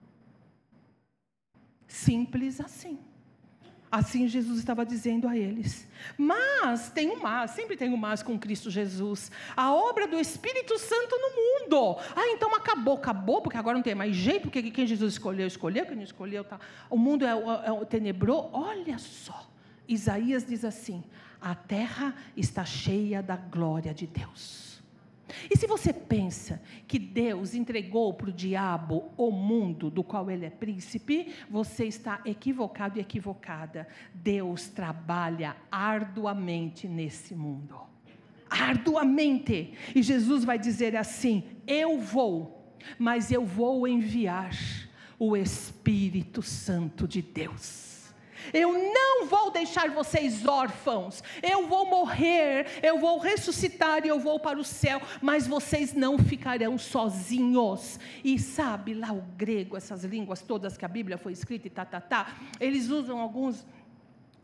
Simples assim. Assim Jesus estava dizendo a eles. Mas, tem um mas, sempre tem um mas com Cristo Jesus. A obra do Espírito Santo no mundo. Então acabou, porque agora não tem mais jeito, porque quem Jesus escolheu, quem não escolheu, tá. O mundo é tenebroso. Olha só, Isaías diz assim: a terra está cheia da glória de Deus. E se você pensa que Deus entregou para o diabo o mundo do qual ele é príncipe, você está equivocado e equivocada. Deus trabalha arduamente nesse mundo. Arduamente. E Jesus vai dizer assim: eu vou, mas eu vou enviar o Espírito Santo de Deus. Eu não vou deixar vocês órfãos, eu vou morrer, eu vou ressuscitar e eu vou para o céu, mas vocês não ficarão sozinhos. E sabe, lá o grego, essas línguas todas que a Bíblia foi escrita e eles usam alguns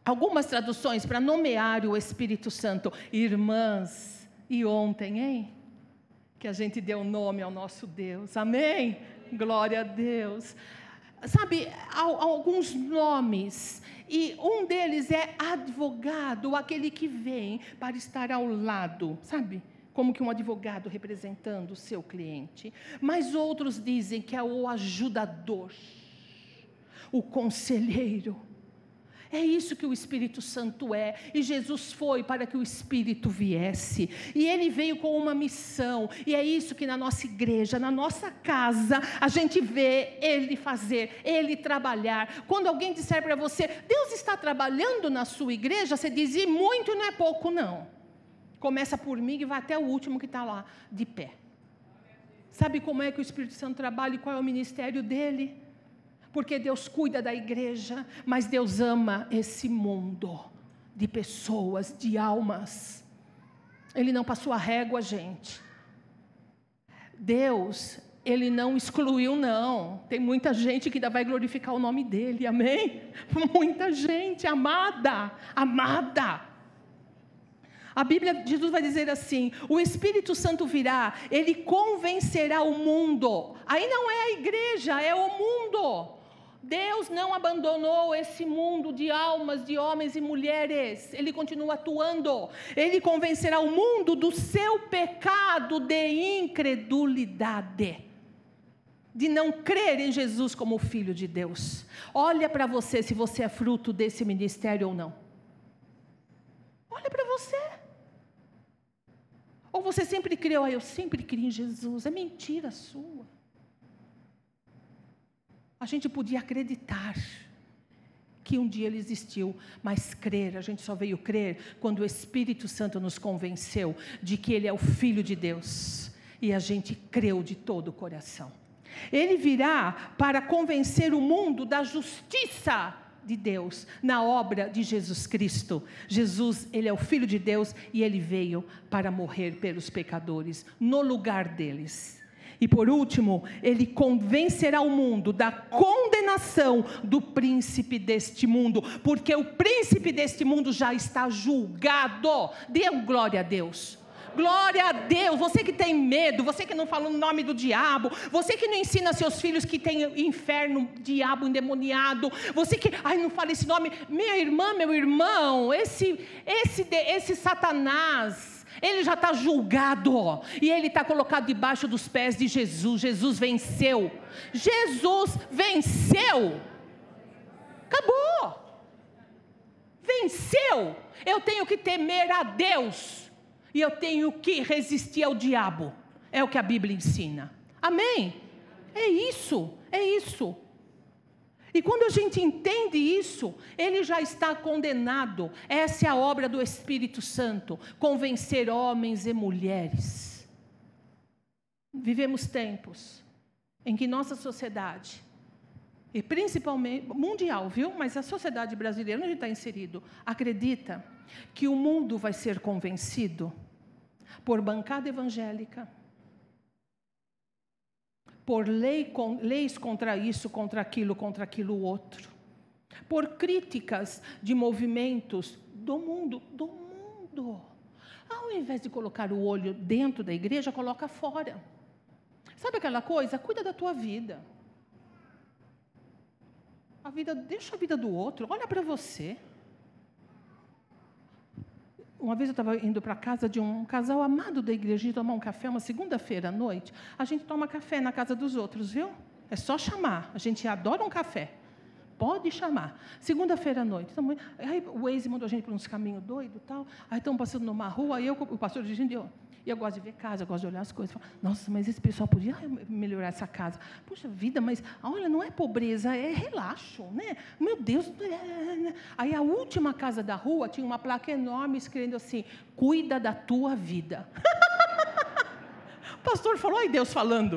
Algumas traduções para nomear o Espírito Santo, irmãs. E ontem, hein? Que a gente deu nome ao nosso Deus, amém? Glória a Deus. Sabe, alguns nomes, e um deles é advogado, aquele que vem para estar ao lado, sabe? Como que um advogado representando o seu cliente. Mas outros dizem que é o ajudador, o conselheiro. É isso que o Espírito Santo é, e Jesus foi para que o Espírito viesse, e Ele veio com uma missão, e é isso que na nossa igreja, na nossa casa, a gente vê Ele fazer, Ele trabalhar. Quando alguém disser para você, Deus está trabalhando na sua igreja, você diz, e muito não é pouco não. Começa por mim e vai até o último que está lá, de pé. Sabe como é que o Espírito Santo trabalha e qual é o ministério dele? Porque Deus cuida da igreja, mas Deus ama esse mundo de pessoas, de almas. Ele não passou a régua, gente. Deus, Ele não excluiu, não. Tem muita gente que ainda vai glorificar o nome dEle, amém? Muita gente, amada, amada. A Bíblia, Jesus vai dizer assim, o Espírito Santo virá, Ele convencerá o mundo. Aí não é a igreja, é o mundo. Deus não abandonou esse mundo de almas, de homens e mulheres. Ele continua atuando. Ele convencerá o mundo do seu pecado de incredulidade, de não crer em Jesus como Filho de Deus. Olha para você se você é fruto desse ministério ou não. Olha para você. Ou você sempre creu, eu sempre criei em Jesus. É mentira sua. A gente podia acreditar que um dia Ele existiu, mas crer, a gente só veio crer quando o Espírito Santo nos convenceu de que Ele é o Filho de Deus, e a gente creu de todo o coração. Ele virá para convencer o mundo da justiça de Deus, na obra de Jesus Cristo. Jesus, Ele é o Filho de Deus, e Ele veio para morrer pelos pecadores, no lugar deles. E por último, Ele convencerá o mundo da condenação do príncipe deste mundo, porque o príncipe deste mundo já está julgado. Dê glória a Deus. Glória a Deus. Você que tem medo, você que não fala o nome do diabo, você que não ensina seus filhos que tem inferno, diabo endemoniado, você que, não fala esse nome, minha irmã, meu irmão, esse Satanás, ele já está julgado, e ele está colocado debaixo dos pés de Jesus. Jesus venceu. Jesus venceu. Acabou. Venceu. Eu tenho que temer a Deus, e eu tenho que resistir ao diabo. É o que a Bíblia ensina. Amém? É isso, é isso. E quando a gente entende isso, ele já está condenado. Essa é a obra do Espírito Santo, convencer homens e mulheres. Vivemos tempos em que nossa sociedade, e principalmente mundial, viu? Mas a sociedade brasileira, onde está inserido, acredita que o mundo vai ser convencido por bancada evangélica, por leis contra isso, contra aquilo outro, por críticas de movimentos do mundo. Ao invés de colocar o olho dentro da igreja, coloca fora. Sabe aquela coisa? Cuida da tua vida. Deixa a vida do outro, olha para você. Uma vez eu estava indo para a casa de um casal amado da igreja, tomar um café, uma segunda-feira à noite. A gente toma café na casa dos outros, viu? É só chamar, a gente adora um café. Pode chamar. Segunda-feira à noite. Aí o Waze mandou a gente por uns caminhos doidos e tal. Aí estamos passando numa rua, aí o pastor dirigindo, eu gosto de ver casa, eu gosto de olhar as coisas. Falo, nossa, mas esse pessoal podia melhorar essa casa. Puxa vida, mas olha, não é pobreza, é relaxo, né? Meu Deus. Aí a última casa da rua tinha uma placa enorme escrevendo assim, cuida da tua vida. O pastor falou, ai Deus falando.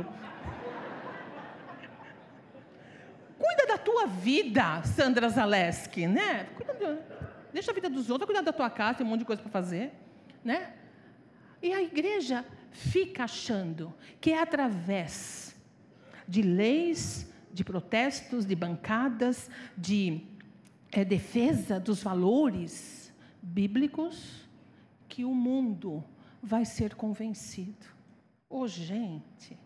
Cuida da tua vida, Sandra Zaleski, né? Deixa a vida dos outros, cuidar da tua casa, tem um monte de coisa para fazer, né? E a igreja fica achando que é através de leis, de protestos, de bancadas, de é defesa dos valores bíblicos que o mundo vai ser convencido. Gente,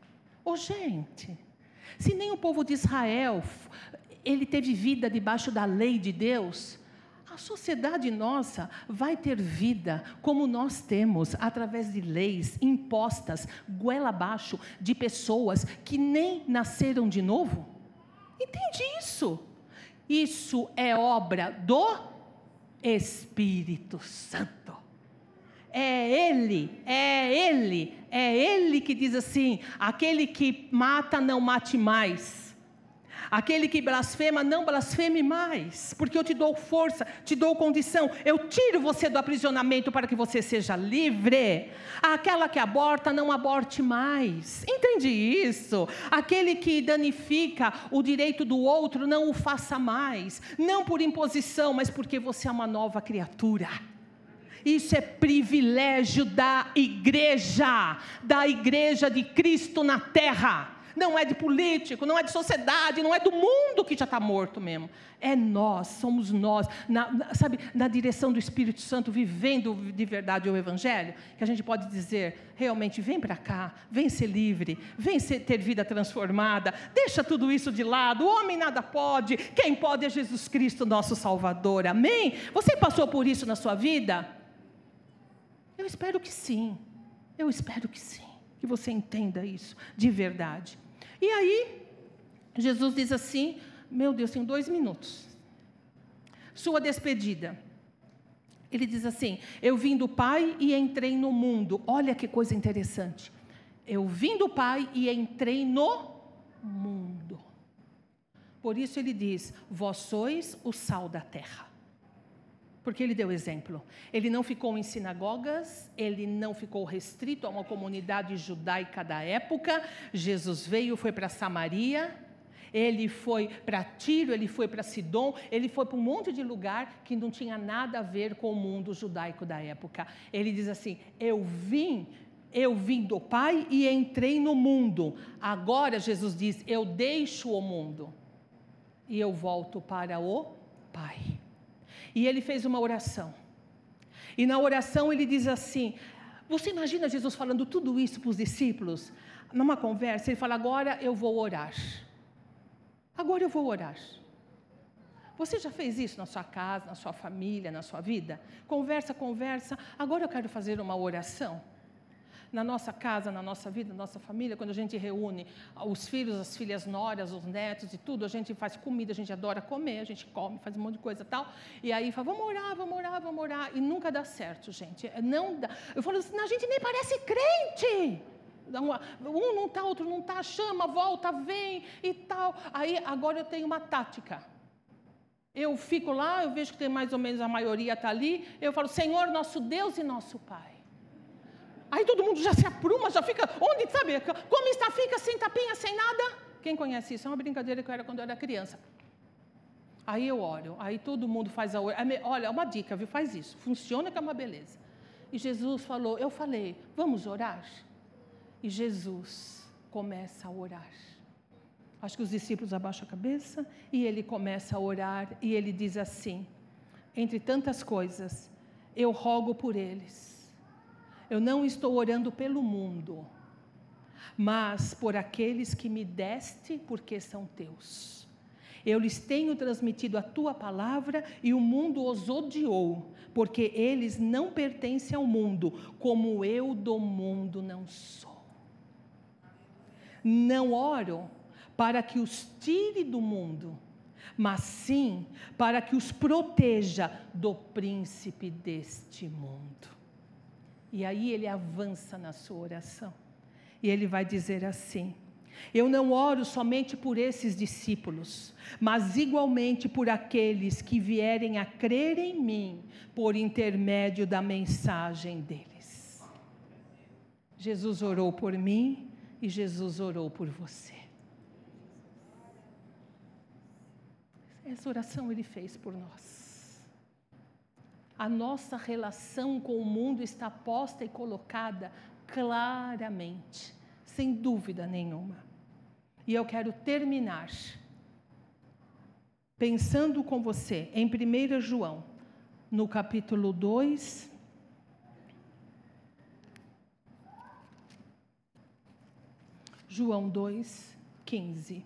se nem o povo de Israel, ele teve vida debaixo da lei de Deus, a sociedade nossa vai ter vida como nós temos, através de leis impostas, goela abaixo, de pessoas que nem nasceram de novo? Entende isso? Isso é obra do Espírito Santo. É Ele que diz assim: aquele que mata, não mate mais. Aquele que blasfema, não blasfeme mais, porque eu te dou força, te dou condição, eu tiro você do aprisionamento para que você seja livre. Aquela que aborta, não aborte mais. Entende isso? Aquele que danifica o direito do outro, não o faça mais. Não por imposição, mas porque você é uma nova criatura. Isso é privilégio da igreja de Cristo na terra. Não é de político, não é de sociedade, não é do mundo que já está morto mesmo. É nós, somos nós, na direção do Espírito Santo, vivendo de verdade o Evangelho, que a gente pode dizer, realmente, vem para cá, vem ser livre, vem ter vida transformada, deixa tudo isso de lado, o homem nada pode, quem pode é Jesus Cristo, nosso Salvador, amém? Você passou por isso na sua vida? Eu espero que sim, que você entenda isso de verdade. E aí, Jesus diz assim, meu Deus, tenho 2 minutos. Sua despedida. Ele diz assim, eu vim do Pai e entrei no mundo. Olha que coisa interessante. Eu vim do Pai e entrei no mundo. Por isso ele diz, vós sois o sal da terra. Porque ele deu exemplo. Ele não ficou em sinagogas, ele não ficou restrito a uma comunidade judaica da época. Jesus veio, foi para Samaria, ele foi para Tiro, ele foi para Sidom, ele foi para um monte de lugar que não tinha nada a ver com o mundo judaico da época. Ele diz assim, eu vim do Pai e entrei no mundo. Agora Jesus diz, eu deixo o mundo e eu volto para o Pai. E ele fez uma oração. E na oração ele diz assim, você imagina Jesus falando tudo isso para os discípulos? Numa conversa, ele fala, agora eu vou orar. Agora eu vou orar. Você já fez isso na sua casa, na sua família, na sua vida? Conversa, agora eu quero fazer uma oração. Na nossa casa, na nossa vida, na nossa família, quando a gente reúne os filhos, as filhas noras, os netos e tudo, a gente faz comida, a gente adora comer, a gente come, faz um monte de coisa e tal, e aí fala, vamos orar, e nunca dá certo, gente, não dá. Eu falo assim, a gente nem parece crente, um não está, outro não está, chama, volta, vem e tal. Aí agora eu tenho uma tática. Eu fico lá, eu vejo que tem mais ou menos a maioria está ali, eu falo, Senhor, nosso Deus e nosso Pai. Aí todo mundo já se apruma, já fica, onde, sabe, como está, fica sem tapinha, sem nada. Quem conhece isso? É uma brincadeira que eu era quando eu era criança. Aí eu oro, aí todo mundo faz a oração. Olha, uma dica, viu? Faz isso, funciona que é uma beleza. E Jesus falou, eu falei, vamos orar? E Jesus começa a orar. Acho que os discípulos abaixam a cabeça e ele começa a orar e ele diz assim, entre tantas coisas, eu rogo por eles. Eu não estou orando pelo mundo, mas por aqueles que me deste, porque são teus. Eu lhes tenho transmitido a tua palavra e o mundo os odiou, porque eles não pertencem ao mundo, como eu do mundo não sou. Não oro para que os tire do mundo, mas sim para que os proteja do príncipe deste mundo. E aí ele avança na sua oração. E ele vai dizer assim, eu não oro somente por esses discípulos, mas igualmente por aqueles que vierem a crer em mim, por intermédio da mensagem deles. Jesus orou por mim e Jesus orou por você. Essa oração ele fez por nós. A nossa relação com o mundo está posta e colocada claramente, sem dúvida nenhuma. E eu quero terminar pensando com você em 1 João, no capítulo 2, João 2, 15.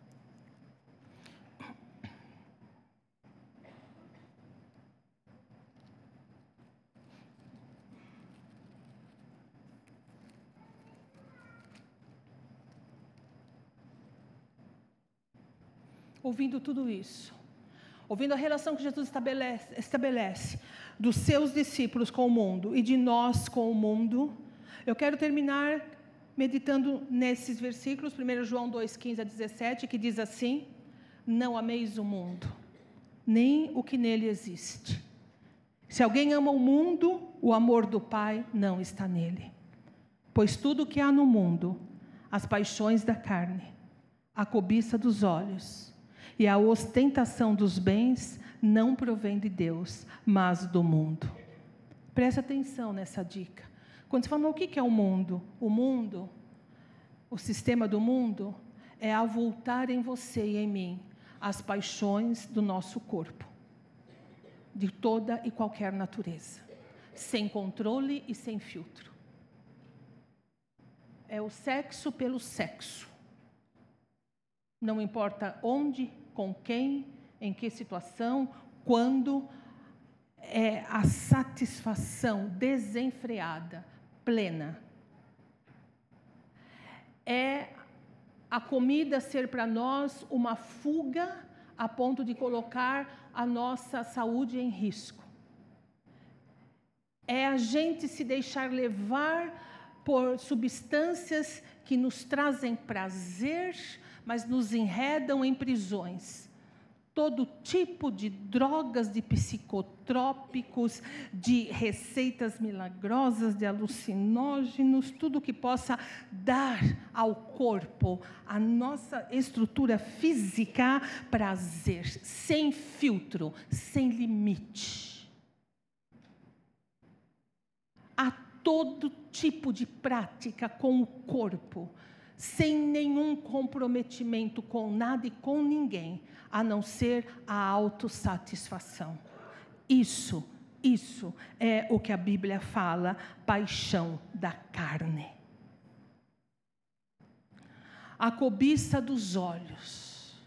Ouvindo tudo isso, ouvindo a relação que Jesus estabelece dos seus discípulos com o mundo e de nós com o mundo, eu quero terminar meditando nesses versículos, 1 João 2, 15 a 17, que diz assim: não ameis o mundo, nem o que nele existe. Se alguém ama o mundo, o amor do Pai não está nele. Pois tudo o que há no mundo, as paixões da carne, a cobiça dos olhos e a ostentação dos bens, não provém de Deus, mas do mundo. Preste atenção nessa dica. Quando você fala, o que é o mundo? O mundo, o sistema do mundo, é avultar em você e em mim as paixões do nosso corpo, de toda e qualquer natureza, sem controle e sem filtro. É o sexo pelo sexo. Não importa onde, com quem, em que situação, quando, é a satisfação desenfreada, plena. É a comida ser para nós uma fuga a ponto de colocar a nossa saúde em risco. É a gente se deixar levar por substâncias que nos trazem prazer, mas nos enredam em prisões. Todo tipo de drogas, de psicotrópicos, de receitas milagrosas, de alucinógenos, tudo que possa dar ao corpo, à nossa estrutura física, prazer, sem filtro, sem limite. Há todo tipo de prática com o corpo, sem nenhum comprometimento com nada e com ninguém, a não ser a autossatisfação. Isso é o que a Bíblia fala, paixão da carne. A cobiça dos olhos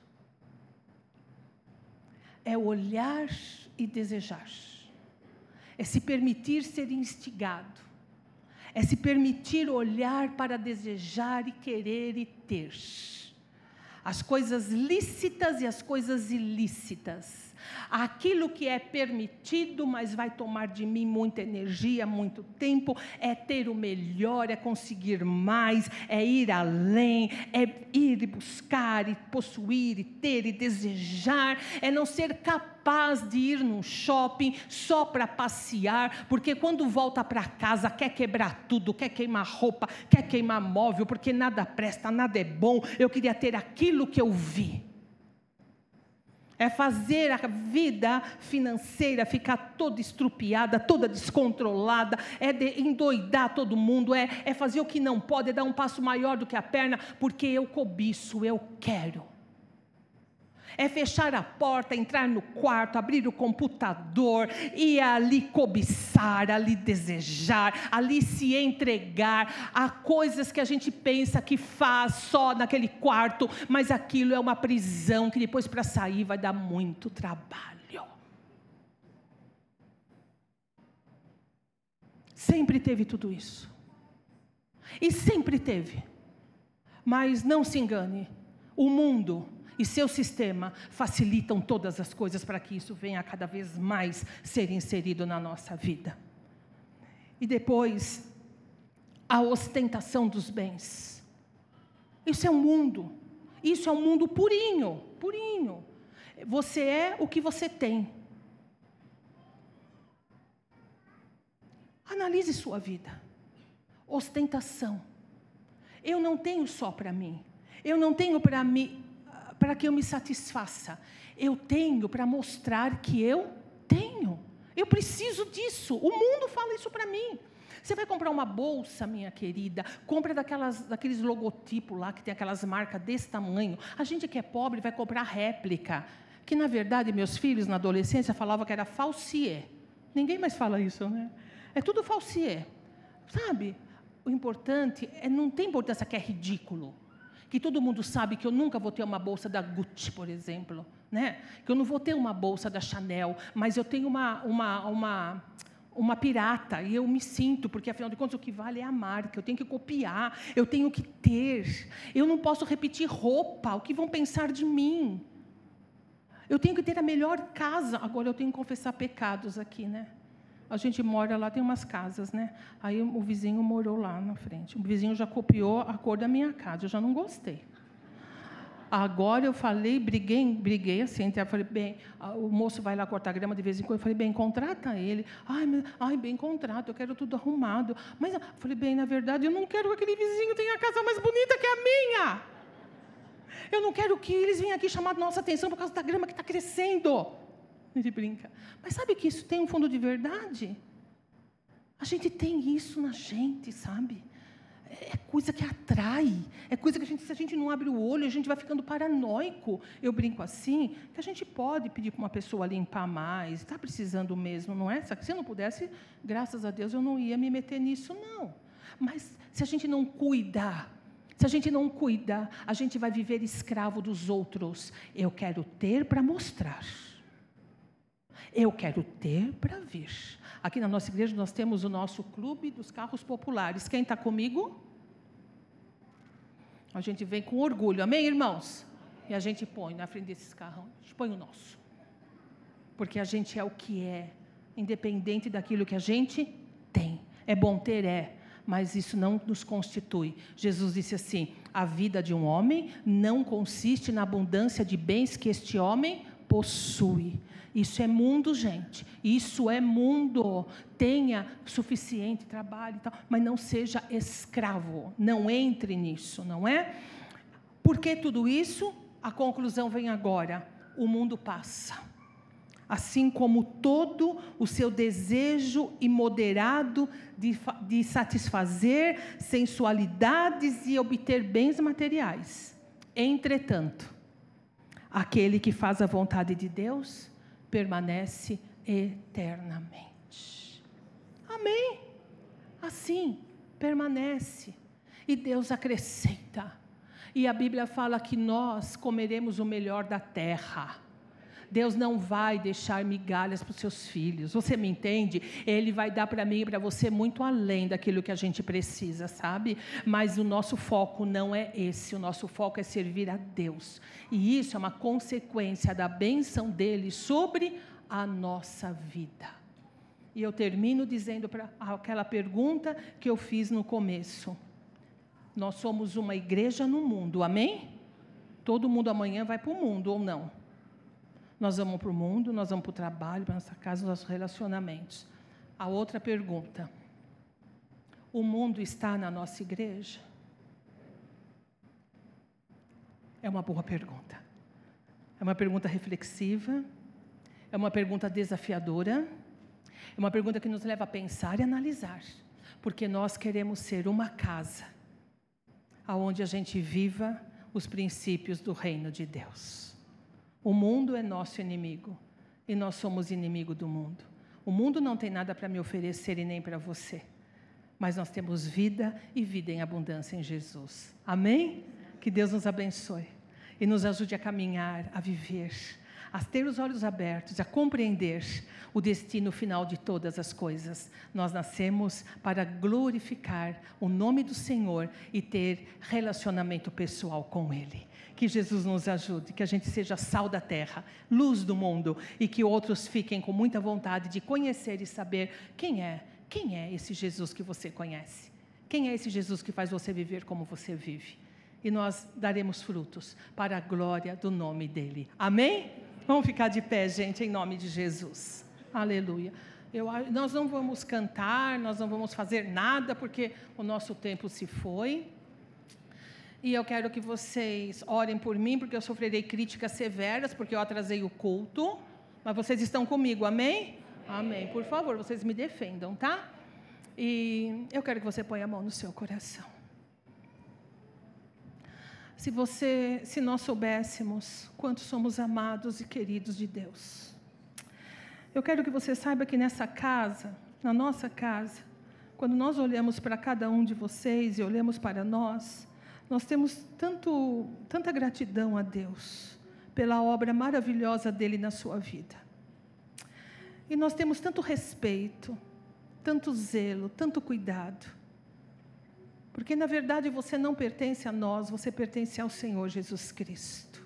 é olhar e desejar, é se permitir ser instigado, é se permitir olhar para desejar e querer e ter. As coisas lícitas e as coisas ilícitas. Aquilo que é permitido, mas vai tomar de mim muita energia, muito tempo, é ter o melhor, é conseguir mais, é ir além, é ir e buscar, e possuir, e ter, e desejar, é não ser capaz de ir num shopping só para passear, porque quando volta para casa quer quebrar tudo, quer queimar roupa, quer queimar móvel, porque nada presta, nada é bom, eu queria ter aquilo que eu vi. É fazer a vida financeira ficar toda estrupiada, toda descontrolada, é endoidar todo mundo, é fazer o que não pode, é dar um passo maior do que a perna, porque eu cobiço, eu quero. É fechar a porta, entrar no quarto, abrir o computador e ali cobiçar, ali desejar, ali se entregar a coisas que a gente pensa que faz só naquele quarto, mas aquilo é uma prisão que depois para sair vai dar muito trabalho. Sempre teve tudo isso. E sempre teve. Mas não se engane, o mundo e seu sistema facilitam todas as coisas para que isso venha cada vez mais ser inserido na nossa vida. E depois, a ostentação dos bens. Isso é um mundo purinho, purinho. Você é o que você tem. Analise sua vida. Ostentação. Eu não tenho só para mim. Eu não tenho para que eu me satisfaça. Eu tenho para mostrar que eu tenho. Eu preciso disso. O mundo fala isso para mim. Você vai comprar uma bolsa, minha querida, compra daqueles logotipos lá, que tem aquelas marcas desse tamanho. A gente que é pobre vai comprar réplica, que na verdade meus filhos na adolescência falavam que era falsier. Ninguém mais fala isso, né? É tudo falsier. Sabe? O importante não tem importância que é ridículo. Que todo mundo sabe que eu nunca vou ter uma bolsa da Gucci, por exemplo, né? Que eu não vou ter uma bolsa da Chanel, mas eu tenho uma pirata, e eu me sinto, porque afinal de contas o que vale é a marca, eu tenho que copiar, eu tenho que ter, eu não posso repetir roupa, o que vão pensar de mim? Eu tenho que ter a melhor casa, agora eu tenho que confessar pecados aqui, né? A gente mora lá, tem umas casas, né? Aí o vizinho morou lá na frente. O vizinho já copiou a cor da minha casa, eu já não gostei. Agora eu falei, briguei assim, eu falei, bem, o moço vai lá cortar grama de vez em quando, eu falei, bem, contrata ele. Ai, bem, contrata, eu quero tudo arrumado. Mas eu falei, bem, na verdade, eu não quero que aquele vizinho tenha a casa mais bonita que a minha. Eu não quero que eles venham aqui chamar a nossa atenção por causa da grama que está crescendo. Ele brinca. Mas sabe que isso tem um fundo de verdade? A gente tem isso na gente, sabe? É coisa que atrai. É coisa que se a gente não abre o olho, a gente vai ficando paranoico. Eu brinco assim, que a gente pode pedir para uma pessoa limpar mais. Está precisando mesmo, não é? Se eu não pudesse, graças a Deus, eu não ia me meter nisso, não. Mas se a gente não cuidar, a gente vai viver escravo dos outros. Eu quero ter para mostrar. Eu quero ter para vir. Aqui na nossa igreja nós temos o nosso clube dos carros populares. Quem está comigo? A gente vem com orgulho, amém, irmãos? E a gente põe na frente desses carros, a gente põe o nosso. Porque a gente é o que é, independente daquilo que a gente tem. É bom ter, mas isso não nos constitui. Jesus disse assim, a vida de um homem não consiste na abundância de bens que este homem possui. Isso é mundo, gente. Isso é mundo. Tenha suficiente trabalho e tal, mas não seja escravo. Não entre nisso, não é? Por que tudo isso? A conclusão vem agora. O mundo passa. Assim como todo o seu desejo imoderado de satisfazer sensualidades e obter bens materiais. Entretanto, aquele que faz a vontade de Deus permanece eternamente. Amém? Assim, permanece. E Deus acrescenta. E a Bíblia fala que nós comeremos o melhor da terra. Deus não vai deixar migalhas para os seus filhos. Você me entende? Ele vai dar para mim e para você muito além daquilo que a gente precisa, sabe? Mas o nosso foco não é esse. O nosso foco é servir a Deus. E isso é uma consequência da bênção dele sobre a nossa vida. E eu termino dizendo para aquela pergunta que eu fiz no começo. Nós somos uma igreja no mundo, amém? Todo mundo amanhã vai para o mundo, ou não? Nós vamos para o mundo, nós vamos para o trabalho, para a nossa casa, nossos relacionamentos. A outra pergunta. O mundo está na nossa igreja? É uma boa pergunta. É uma pergunta reflexiva. É uma pergunta desafiadora. É uma pergunta que nos leva a pensar e analisar. Porque nós queremos ser uma casa onde a gente viva os princípios do reino de Deus. O mundo é nosso inimigo e nós somos inimigo do mundo. O mundo não tem nada para me oferecer e nem para você, mas nós temos vida e vida em abundância em Jesus. Amém? Que Deus nos abençoe e nos ajude a caminhar, a viver, a ter os olhos abertos, a compreender o destino final de todas as coisas. Nós nascemos para glorificar o nome do Senhor e ter relacionamento pessoal com Ele. Que Jesus nos ajude, que a gente seja sal da terra, luz do mundo, e que outros fiquem com muita vontade de conhecer e saber quem é esse Jesus que você conhece. Quem é esse Jesus que faz você viver como você vive. E nós daremos frutos para a glória do nome dEle. Amém? Vamos ficar de pé, gente, em nome de Jesus. Aleluia. Nós não vamos cantar, nós não vamos fazer nada, porque o nosso tempo se foi. E eu quero que vocês orem por mim, porque eu sofrerei críticas severas, porque eu atrasei o culto. Mas vocês estão comigo, amém? Amém. Por favor, vocês me defendam, tá? E eu quero que você ponha a mão no seu coração. se nós soubéssemos quanto somos amados e queridos de Deus. Eu quero que você saiba que nessa casa, na nossa casa, quando nós olhamos para cada um de vocês e olhamos para nós temos tanta gratidão a Deus pela obra maravilhosa dele na sua vida. E nós temos tanto respeito, tanto zelo, tanto cuidado. Porque, na verdade, você não pertence a nós, você pertence ao Senhor Jesus Cristo.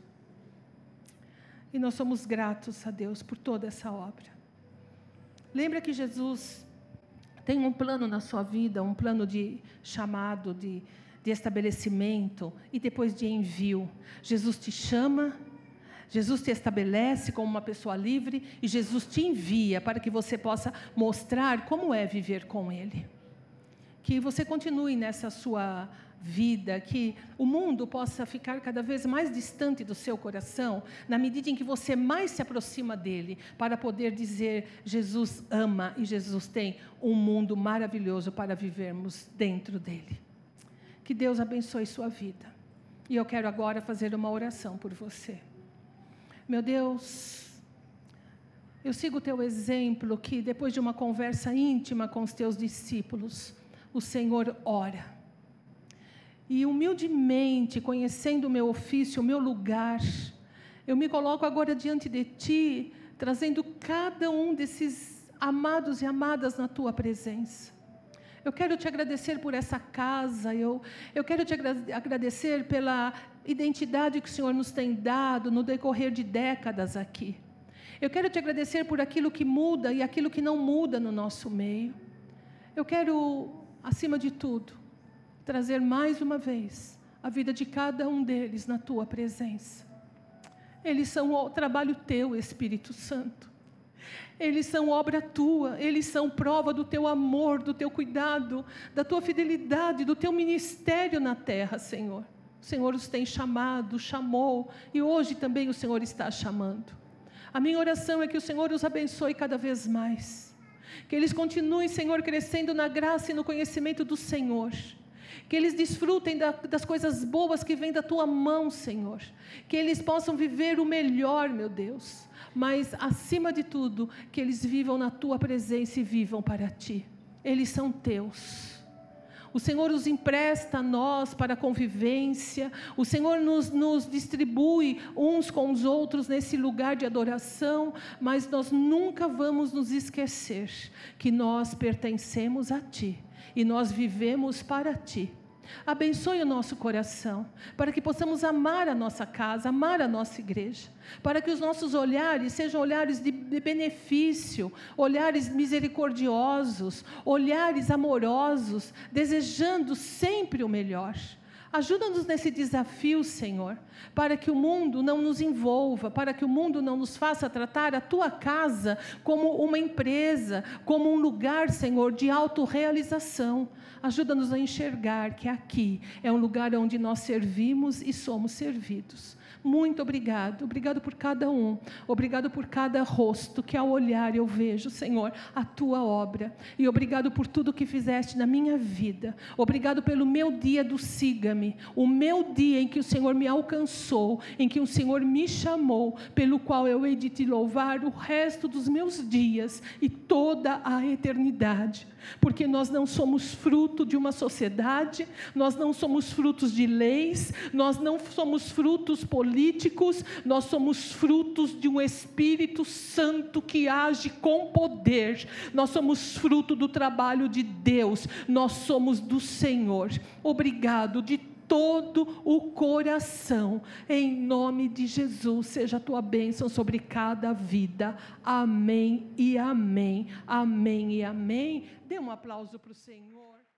E nós somos gratos a Deus por toda essa obra. Lembra que Jesus tem um plano na sua vida, um plano de chamado, de estabelecimento e depois de envio. Jesus te chama, Jesus te estabelece como uma pessoa livre e Jesus te envia para que você possa mostrar como é viver com Ele. Que você continue nessa sua vida, que o mundo possa ficar cada vez mais distante do seu coração, na medida em que você mais se aproxima dele, para poder dizer, Jesus ama e Jesus tem um mundo maravilhoso para vivermos dentro dele. Que Deus abençoe sua vida. E eu quero agora fazer uma oração por você. Meu Deus, eu sigo o teu exemplo, que depois de uma conversa íntima com os teus discípulos, o Senhor ora. E humildemente, conhecendo o meu ofício, o meu lugar, eu me coloco agora diante de Ti, trazendo cada um desses amados e amadas na Tua presença. Eu quero te agradecer por essa casa, eu quero te agradecer pela identidade que o Senhor nos tem dado no decorrer de décadas aqui. Eu quero te agradecer por aquilo que muda e aquilo que não muda no nosso meio. Eu quero, acima de tudo, trazer mais uma vez a vida de cada um deles na Tua presença. Eles são o trabalho Teu, Espírito Santo. Eles são obra Tua, eles são prova do Teu amor, do Teu cuidado, da Tua fidelidade, do Teu ministério na terra, Senhor. O Senhor os tem chamado, chamou, e hoje também o Senhor está chamando. A minha oração é que o Senhor os abençoe cada vez mais. Que eles continuem, Senhor, crescendo na graça e no conhecimento do Senhor. Que eles desfrutem das coisas boas que vêm da Tua mão, Senhor. Que eles possam viver o melhor, meu Deus. Mas, acima de tudo, que eles vivam na Tua presença e vivam para Ti. Eles são Teus. O Senhor os empresta a nós para a convivência. O Senhor nos distribui uns com os outros nesse lugar de adoração. Mas nós nunca vamos nos esquecer que nós pertencemos a Ti. E nós vivemos para Ti. Abençoe o nosso coração, para que possamos amar a nossa casa, amar a nossa igreja, para que os nossos olhares sejam olhares de benefício, olhares misericordiosos, olhares amorosos, desejando sempre o melhor. Ajuda-nos nesse desafio, Senhor, para que o mundo não nos envolva, para que o mundo não nos faça tratar a Tua casa como uma empresa, como um lugar, Senhor, de autorrealização. Ajuda-nos a enxergar que aqui é um lugar onde nós servimos e somos servidos. Muito obrigado, obrigado por cada um, obrigado por cada rosto que ao olhar eu vejo, Senhor, a Tua obra, e obrigado por tudo que fizeste na minha vida, obrigado pelo meu dia do siga-me, o meu dia em que o Senhor me alcançou, em que o Senhor me chamou, pelo qual eu hei de Te louvar o resto dos meus dias e toda a eternidade, porque nós não somos fruto de uma sociedade, nós não somos frutos de leis, nós não somos frutos políticos, nós somos frutos de um Espírito Santo que age com poder, nós somos fruto do trabalho de Deus, nós somos do Senhor. Obrigado de todo o coração, em nome de Jesus, seja a Tua bênção sobre cada vida, amém e amém, amém e amém. Dê um aplauso para o Senhor.